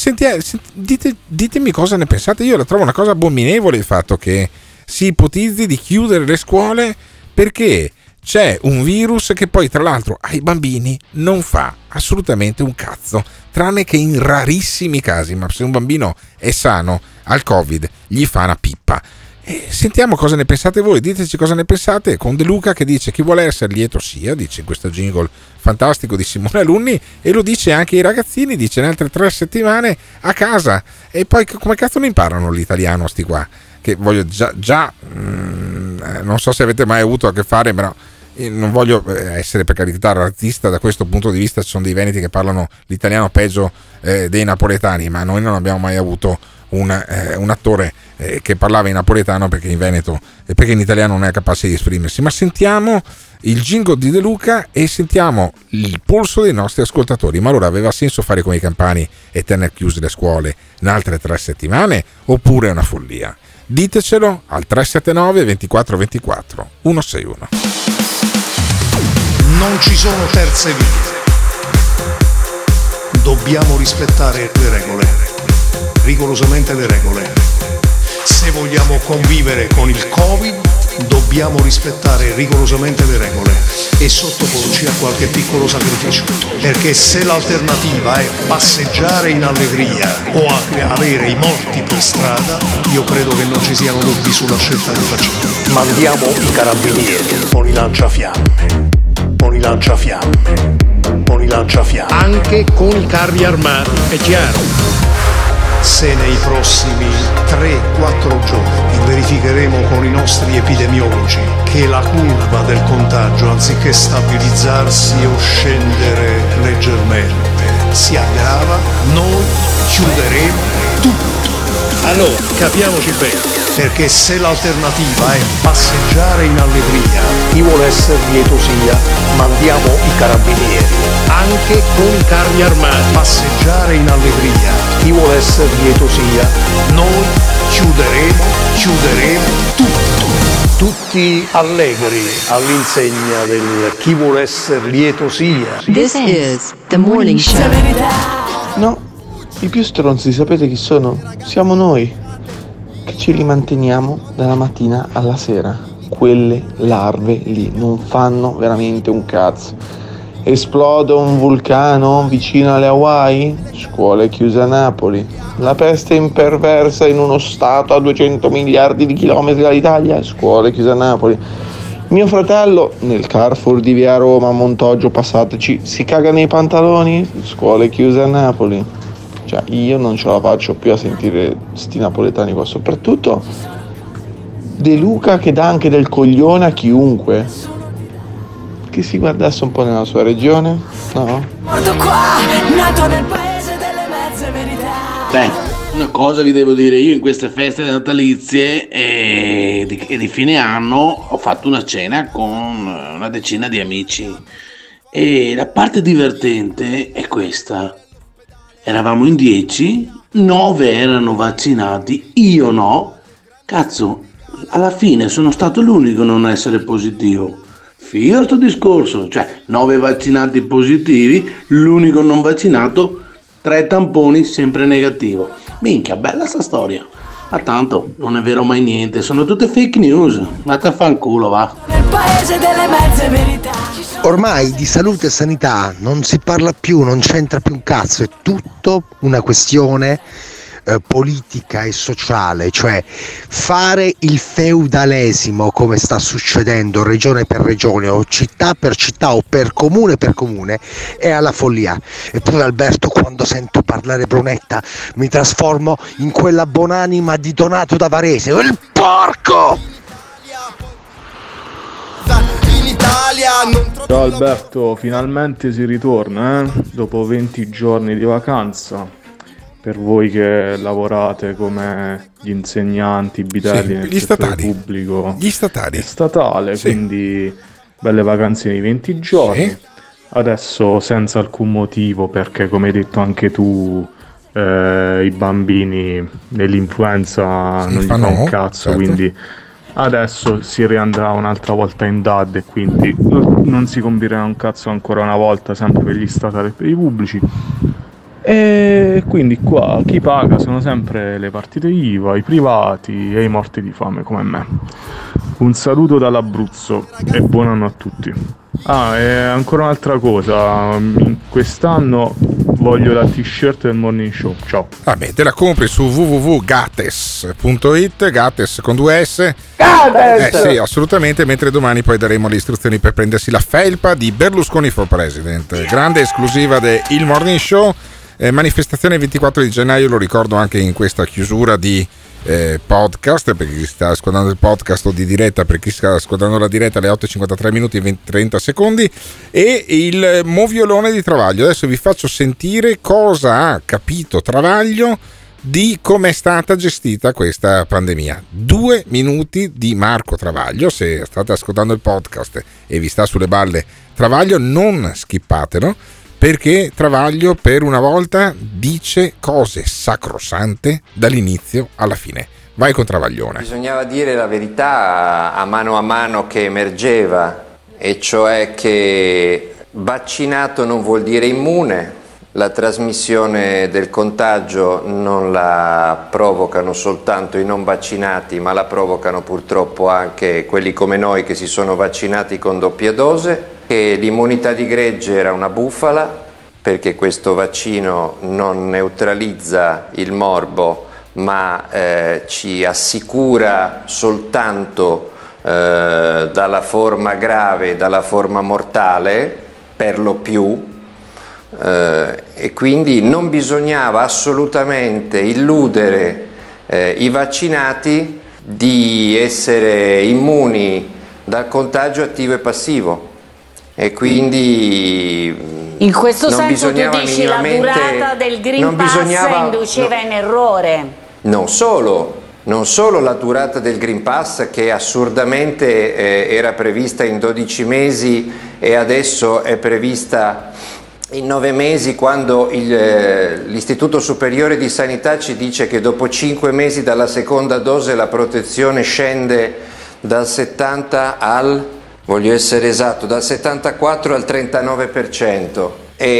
Speaker 7: ditemi cosa ne pensate. Io la trovo una cosa abominevole il fatto che si ipotizzi di chiudere le scuole perché c'è un virus che poi tra l'altro ai bambini non fa assolutamente un cazzo, tranne che in rarissimi casi. Ma se un bambino è sano al Covid gli fa una pippa. Sentiamo cosa ne pensate voi, diteci cosa ne pensate con De Luca che dice chi vuole essere lieto sia, dice in questo jingle fantastico di Simone Alunni, e lo dice anche ai ragazzini, dice in altre 3 settimane a casa. E poi come cazzo ne imparano l'italiano sti qua? Che voglio già non so se avete mai avuto a che fare, però non voglio essere per carità razzista da questo punto di vista, ci sono dei veneti che parlano l'italiano peggio dei napoletani, ma noi non abbiamo mai avuto un attore che parlava in napoletano perché in Veneto e perché in italiano non è capace di esprimersi. Ma sentiamo il jingle di De Luca e sentiamo il polso dei nostri ascoltatori. Ma allora aveva senso fare come i campani e tenere chiuse le scuole in altre 3 settimane oppure è una follia? Ditecelo al 379 24 24 161.
Speaker 23: Non ci sono terze vie. Dobbiamo rispettare le regole, rigorosamente le regole. Se vogliamo convivere con il Covid, dobbiamo rispettare rigorosamente le regole e sottoporci a qualche piccolo sacrificio. Perché se l'alternativa è passeggiare in allegria o avere i morti per strada, io credo che non ci siano dubbi sulla scelta che facciamo. Mandiamo i carabinieri con i lanciafiamme, con i lanciafiamme, con i lanciafiamme, anche con i carri armati, è chiaro. Se nei prossimi 3-4 giorni verificheremo con i nostri epidemiologi che la curva del contagio, anziché stabilizzarsi o scendere leggermente, si aggrava, noi chiuderemo tutto. Allora, capiamoci bene, perché se l'alternativa è passeggiare in allegria, chi vuole essere lieto sia, mandiamo i carabinieri, anche con i carri armati. Passeggiare in allegria, chi vuole essere lieto sia, noi chiuderemo tutto. Tutti allegri all'insegna del chi vuole essere lieto sia.
Speaker 18: This is the morning show.
Speaker 4: No, i più stronzi sapete chi sono? Siamo noi, che ce li manteniamo dalla mattina alla sera. Quelle larve lì non fanno veramente un cazzo. Esplode un vulcano vicino alle Hawaii? Scuole chiuse a Napoli. La peste imperversa in uno stato a 200 miliardi di chilometri dall'Italia? Scuole chiuse a Napoli. Mio fratello nel Carrefour di via Roma, Montoggio, passateci, si caga nei pantaloni? Scuole chiuse a Napoli. Cioè io non ce la faccio più a sentire sti napoletani qua, soprattutto De Luca che dà anche del coglione a chiunque. Che si guardasse un po' nella sua regione, no?
Speaker 2: Guardo qua, nato nel paese delle mezze verità.
Speaker 14: Beh, una cosa vi devo dire, io in queste feste natalizie e di fine anno ho fatto una cena con una decina di amici e la parte divertente è questa. Eravamo in 10, 9 erano vaccinati, io no. Cazzo, alla fine sono stato l'unico a non essere positivo. Figo sto discorso, cioè 9 vaccinati positivi, l'unico non vaccinato, 3 tamponi sempre negativo. Minchia, bella sta storia. Ma tanto non è vero mai niente, sono tutte fake news. Andate a fanculo, va.
Speaker 2: Nel paese delle mezze verità.
Speaker 3: Ormai di salute e sanità non si parla più, non c'entra più un cazzo, è tutto una questione politica e sociale, cioè fare il feudalesimo come sta succedendo regione per regione o città per città o per comune è alla follia. Eppure Alberto, quando sento parlare Brunetta mi trasformo in quella buonanima di Donato da Varese, il porco!
Speaker 13: Ciao Alberto, finalmente si ritorna, dopo 20 giorni di vacanza. Per voi che lavorate come gli insegnanti, bidelli nel settore pubblico e statale, sì. Quindi belle vacanze di 20 giorni. Sì. Adesso senza alcun motivo, perché come hai detto anche tu, i bambini nell'influenza non gli fanno un cazzo, certo. Quindi adesso si riandrà un'altra volta in DAD e quindi non si combierà un cazzo ancora una volta, sempre per gli statali e per i pubblici. E quindi qua chi paga sono sempre le partite IVA, i privati e i morti di fame come me. Un saluto dall'Abruzzo e buon anno a tutti. E ancora un'altra cosa, quest'anno voglio la t-shirt del Morning Show. Ciao.
Speaker 7: Vabbè, te la compri su www.gates.it, Gates con 2 S.
Speaker 2: Gates!
Speaker 7: Sì, assolutamente, mentre domani poi daremo le istruzioni per prendersi la felpa di Berlusconi for President. Grande esclusiva del Morning Show. Manifestazione 24 di gennaio, lo ricordo anche in questa chiusura di podcast, per chi sta ascoltando il podcast, o di diretta per chi sta ascoltando la diretta, alle 8:53 minuti e 30 secondi, e il moviolone di Travaglio. Adesso vi faccio sentire cosa ha capito Travaglio di come è stata gestita questa pandemia. 2 minuti di Marco Travaglio. Se state ascoltando il podcast e vi sta sulle balle Travaglio, non skippatelo, perché Travaglio per una volta dice cose sacrosante dall'inizio alla fine. Vai con Travaglione.
Speaker 17: Bisognava dire la verità a mano che emergeva, e cioè che vaccinato non vuol dire immune. La trasmissione del contagio non la provocano soltanto i non vaccinati, ma la provocano purtroppo anche quelli come noi che si sono vaccinati con doppia dose. Che l'immunità di gregge era una bufala, perché questo vaccino non neutralizza il morbo, ma ci assicura soltanto dalla forma grave, dalla forma mortale per lo più, e quindi non bisognava assolutamente illudere i vaccinati di essere immuni dal contagio attivo e passivo. E quindi
Speaker 22: in questo senso tu dici la durata del Green Pass induceva in errore.
Speaker 17: Non solo la durata del Green Pass, che assurdamente era prevista in 12 mesi e adesso è prevista in 9 mesi, quando l'Istituto Superiore di Sanità ci dice che dopo 5 mesi dalla seconda dose la protezione scende dal 70 al... voglio essere esatto, dal 74 al 39%,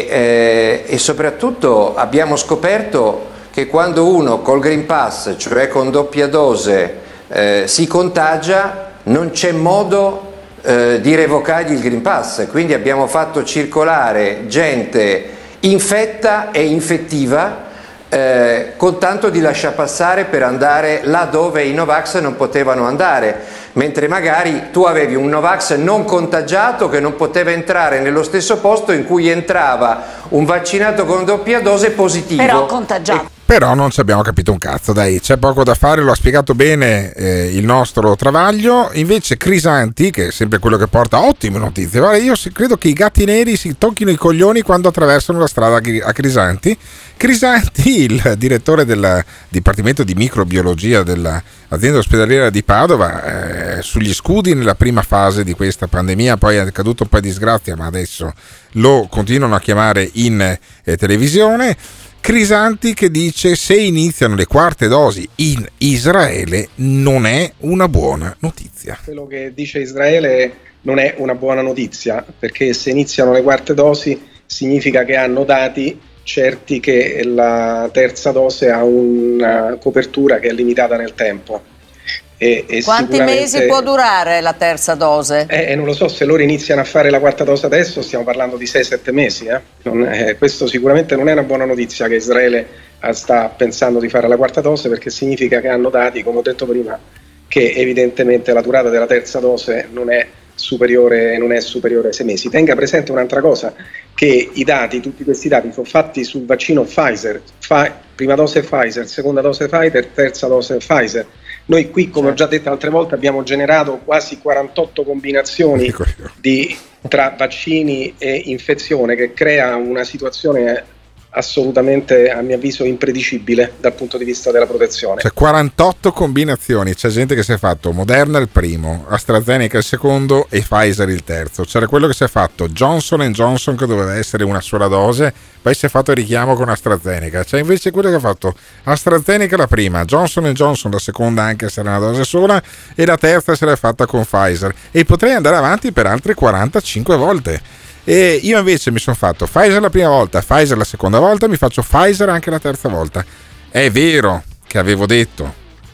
Speaker 17: e soprattutto abbiamo scoperto che quando uno col Green Pass, cioè con doppia dose, si contagia, non c'è modo di revocargli il Green Pass, quindi abbiamo fatto circolare gente infetta e infettiva con tanto di lasciapassare per andare là dove i Novax non potevano andare, mentre magari tu avevi un Novax non contagiato che non poteva entrare nello stesso posto in cui entrava un vaccinato con doppia dose positivo.
Speaker 22: Però contagiato.
Speaker 7: Però non ci abbiamo capito un cazzo, dai, c'è poco da fare, lo ha spiegato bene il nostro Travaglio. Invece Crisanti, che è sempre quello che porta ottime notizie, guarda, io credo che i gatti neri si tocchino i coglioni quando attraversano la strada a Crisanti. Crisanti, il direttore del Dipartimento di Microbiologia dell'azienda ospedaliera di Padova, sugli scudi nella prima fase di questa pandemia, poi è accaduto un po' di disgrazia, ma adesso lo continuano a chiamare in televisione. Crisanti che dice: se iniziano le quarte dosi in Israele non è una buona notizia.
Speaker 24: Quello che dice Israele non è una buona notizia, perché se iniziano le quarte dosi significa che hanno dati certi che la terza dose ha una copertura che è limitata nel tempo. E
Speaker 8: quanti mesi può durare la terza dose?
Speaker 24: Non lo so, se loro iniziano a fare la quarta dose adesso stiamo parlando di 6-7 mesi. Questo sicuramente non è una buona notizia che Israele sta pensando di fare la quarta dose, perché significa che hanno dati, come ho detto prima, che evidentemente la durata della terza dose non è superiore a 6 mesi. Tenga presente un'altra cosa, che tutti questi dati sono fatti sul vaccino Pfizer, prima dose Pfizer, seconda dose Pfizer, terza dose Pfizer. Noi qui, come ho già detto altre volte, abbiamo generato quasi 48 combinazioni tra vaccini e infezione, che crea una situazione assolutamente, a mio avviso, impredicibile dal punto di vista della protezione.
Speaker 7: Cioè 48 combinazioni, c'è gente che si è fatto Moderna il primo, AstraZeneca il secondo e Pfizer il terzo. C'era quello che si è fatto Johnson & Johnson, che doveva essere una sola dose, poi si è fatto il richiamo con AstraZeneca. C'è invece quello che ha fatto AstraZeneca la prima, Johnson & Johnson la seconda, anche se era una dose sola, e la terza se l'è fatta con Pfizer. E potrei andare avanti per altre 45 volte. E io invece mi sono fatto Pfizer la prima volta, Pfizer la seconda volta, mi faccio Pfizer anche la terza volta. È vero che avevo detto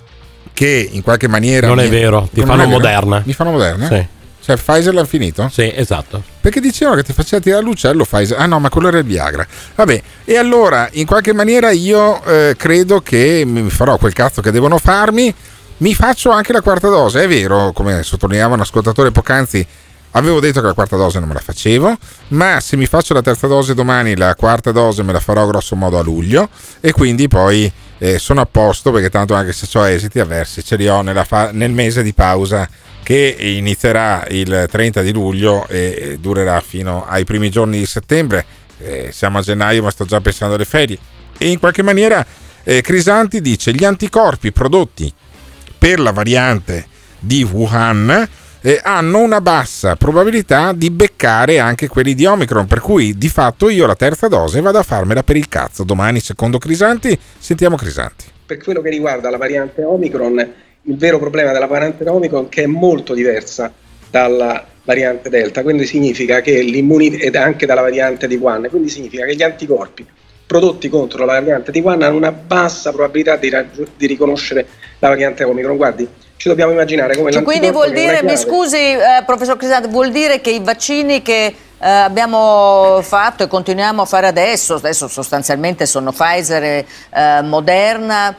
Speaker 7: che in qualche maniera...
Speaker 15: Non è vero, ti fanno Moderna.
Speaker 7: Mi fanno Moderna?
Speaker 15: Sì.
Speaker 7: Cioè Pfizer l'hanno finito?
Speaker 15: Sì, esatto.
Speaker 7: Perché dicevano che ti faceva tirare l'uccello Pfizer. Ah no, ma quello era il Viagra. Vabbè, e allora in qualche maniera io credo che mi farò quel cazzo che devono farmi. Mi faccio anche la quarta dose. È vero, come sottolineava un ascoltatore poc'anzi, avevo detto che la quarta dose non me la facevo, ma se mi faccio la terza dose domani, la quarta dose me la farò grosso modo a luglio, e quindi poi sono a posto, perché tanto anche se ho esiti avversi ce li ho nel mese di pausa che inizierà il 30 di luglio e durerà fino ai primi giorni di settembre. Siamo a gennaio, ma sto già pensando alle ferie. E in qualche maniera Crisanti dice: gli anticorpi prodotti per la variante di Wuhan hanno una bassa probabilità di beccare anche quelli di Omicron, per cui di fatto io la terza dose vado a farmela per il cazzo domani, secondo Crisanti. Sentiamo Crisanti.
Speaker 24: Per quello che riguarda la variante Omicron, il vero problema della variante Omicron è che è molto diversa dalla variante Delta, quindi significa che l'immunità, ed anche dalla variante di Wuhan, quindi significa che gli anticorpi prodotti contro la variante di Wuhan hanno una bassa probabilità di riconoscere la variante Omicron. Guardi, ci dobbiamo immaginare come
Speaker 8: quindi vuol dire, mi scusi professor Crisanti, vuol dire che i vaccini che abbiamo fatto e continuiamo a fare adesso sostanzialmente sono Pfizer e Moderna,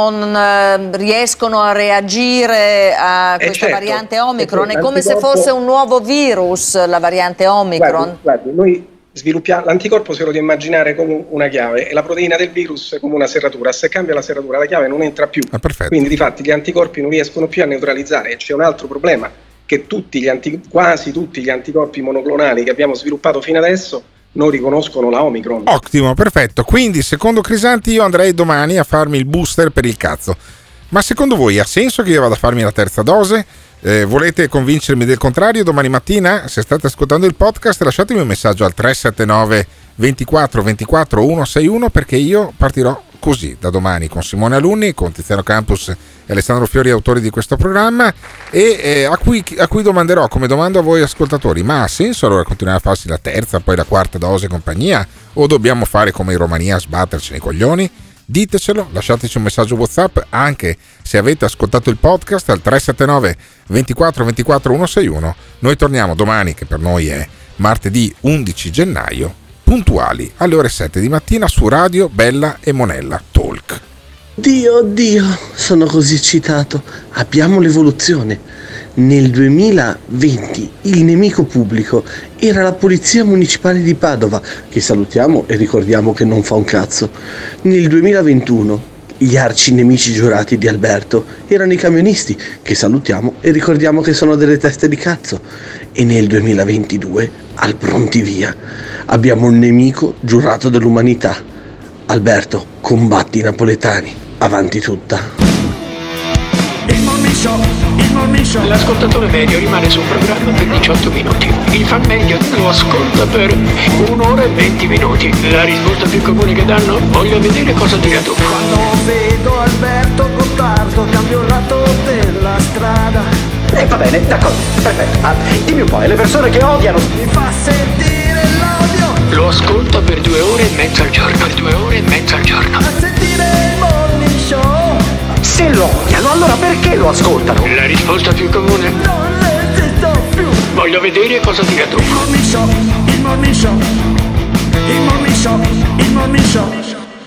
Speaker 8: non riescono a reagire a questa variante Omicron? È come se fosse un nuovo virus la variante Omicron?
Speaker 24: Guardi, noi l'anticorpo se lo devi immaginare come una chiave e la proteina del virus come una serratura. Se cambia la serratura la chiave non entra più, quindi difatti gli anticorpi non riescono più a neutralizzare. E c'è un altro problema, che quasi tutti gli anticorpi monoclonali che abbiamo sviluppato fino adesso non riconoscono la Omicron.
Speaker 7: Ottimo, perfetto. Quindi secondo Crisanti io andrei domani a farmi il booster per il cazzo. Ma secondo voi ha senso che io vada a farmi la terza dose? Volete convincermi del contrario? Domani mattina, se state ascoltando il podcast, lasciatemi un messaggio al 379 24 24 161, perché io partirò così da domani con Simone Alunni, con Tiziano Campus e Alessandro Fiori, autori di questo programma, e a cui domanderò, come domando a voi ascoltatori: ma ha senso allora continuare a farsi la terza, poi la quarta dose e compagnia, o dobbiamo fare come in Romania, sbatterci nei coglioni? Ditecelo, lasciateci un messaggio WhatsApp anche se avete ascoltato il podcast al 379 24 24 161. Noi torniamo domani, che per noi è martedì 11 gennaio, puntuali alle ore 7 di mattina su Radio Bella e Monella Talk.
Speaker 3: Dio, sono così eccitato. Abbiamo l'evoluzione. Nel 2020 il nemico pubblico era la polizia municipale di Padova, che salutiamo e ricordiamo che non fa un cazzo. Nel 2021 gli arcinemici giurati di Alberto erano i camionisti, che salutiamo e ricordiamo che sono delle teste di cazzo. E nel 2022 al pronti via abbiamo un nemico giurato dell'umanità. Alberto, combatti i napoletani, avanti tutta.
Speaker 16: Il Morning Show. L'ascoltatore medio rimane sul programma per 18 minuti. Il fan medio lo ascolta per 1 ora e 20 minuti. La risposta più comune che danno: voglio vedere cosa dirà tu.
Speaker 20: Quando vedo Alberto Gottardo cambio il lato della strada.
Speaker 25: Va bene, d'accordo, perfetto. Dimmi un po', le persone che odiano.
Speaker 20: Mi fa sentire l'odio.
Speaker 16: Lo ascolta per 2 ore ore e mezza al giorno. Per 2 ore e mezza al giorno.
Speaker 20: A sentire il Morning Show.
Speaker 5: Se lo odiano, allora perché lo ascoltano?
Speaker 16: La risposta più comune.
Speaker 20: Non resisto più.
Speaker 16: Voglio vedere cosa dirà tu.
Speaker 20: Il Morning Show, il Morning Show, il Morning Show, il Morning Show.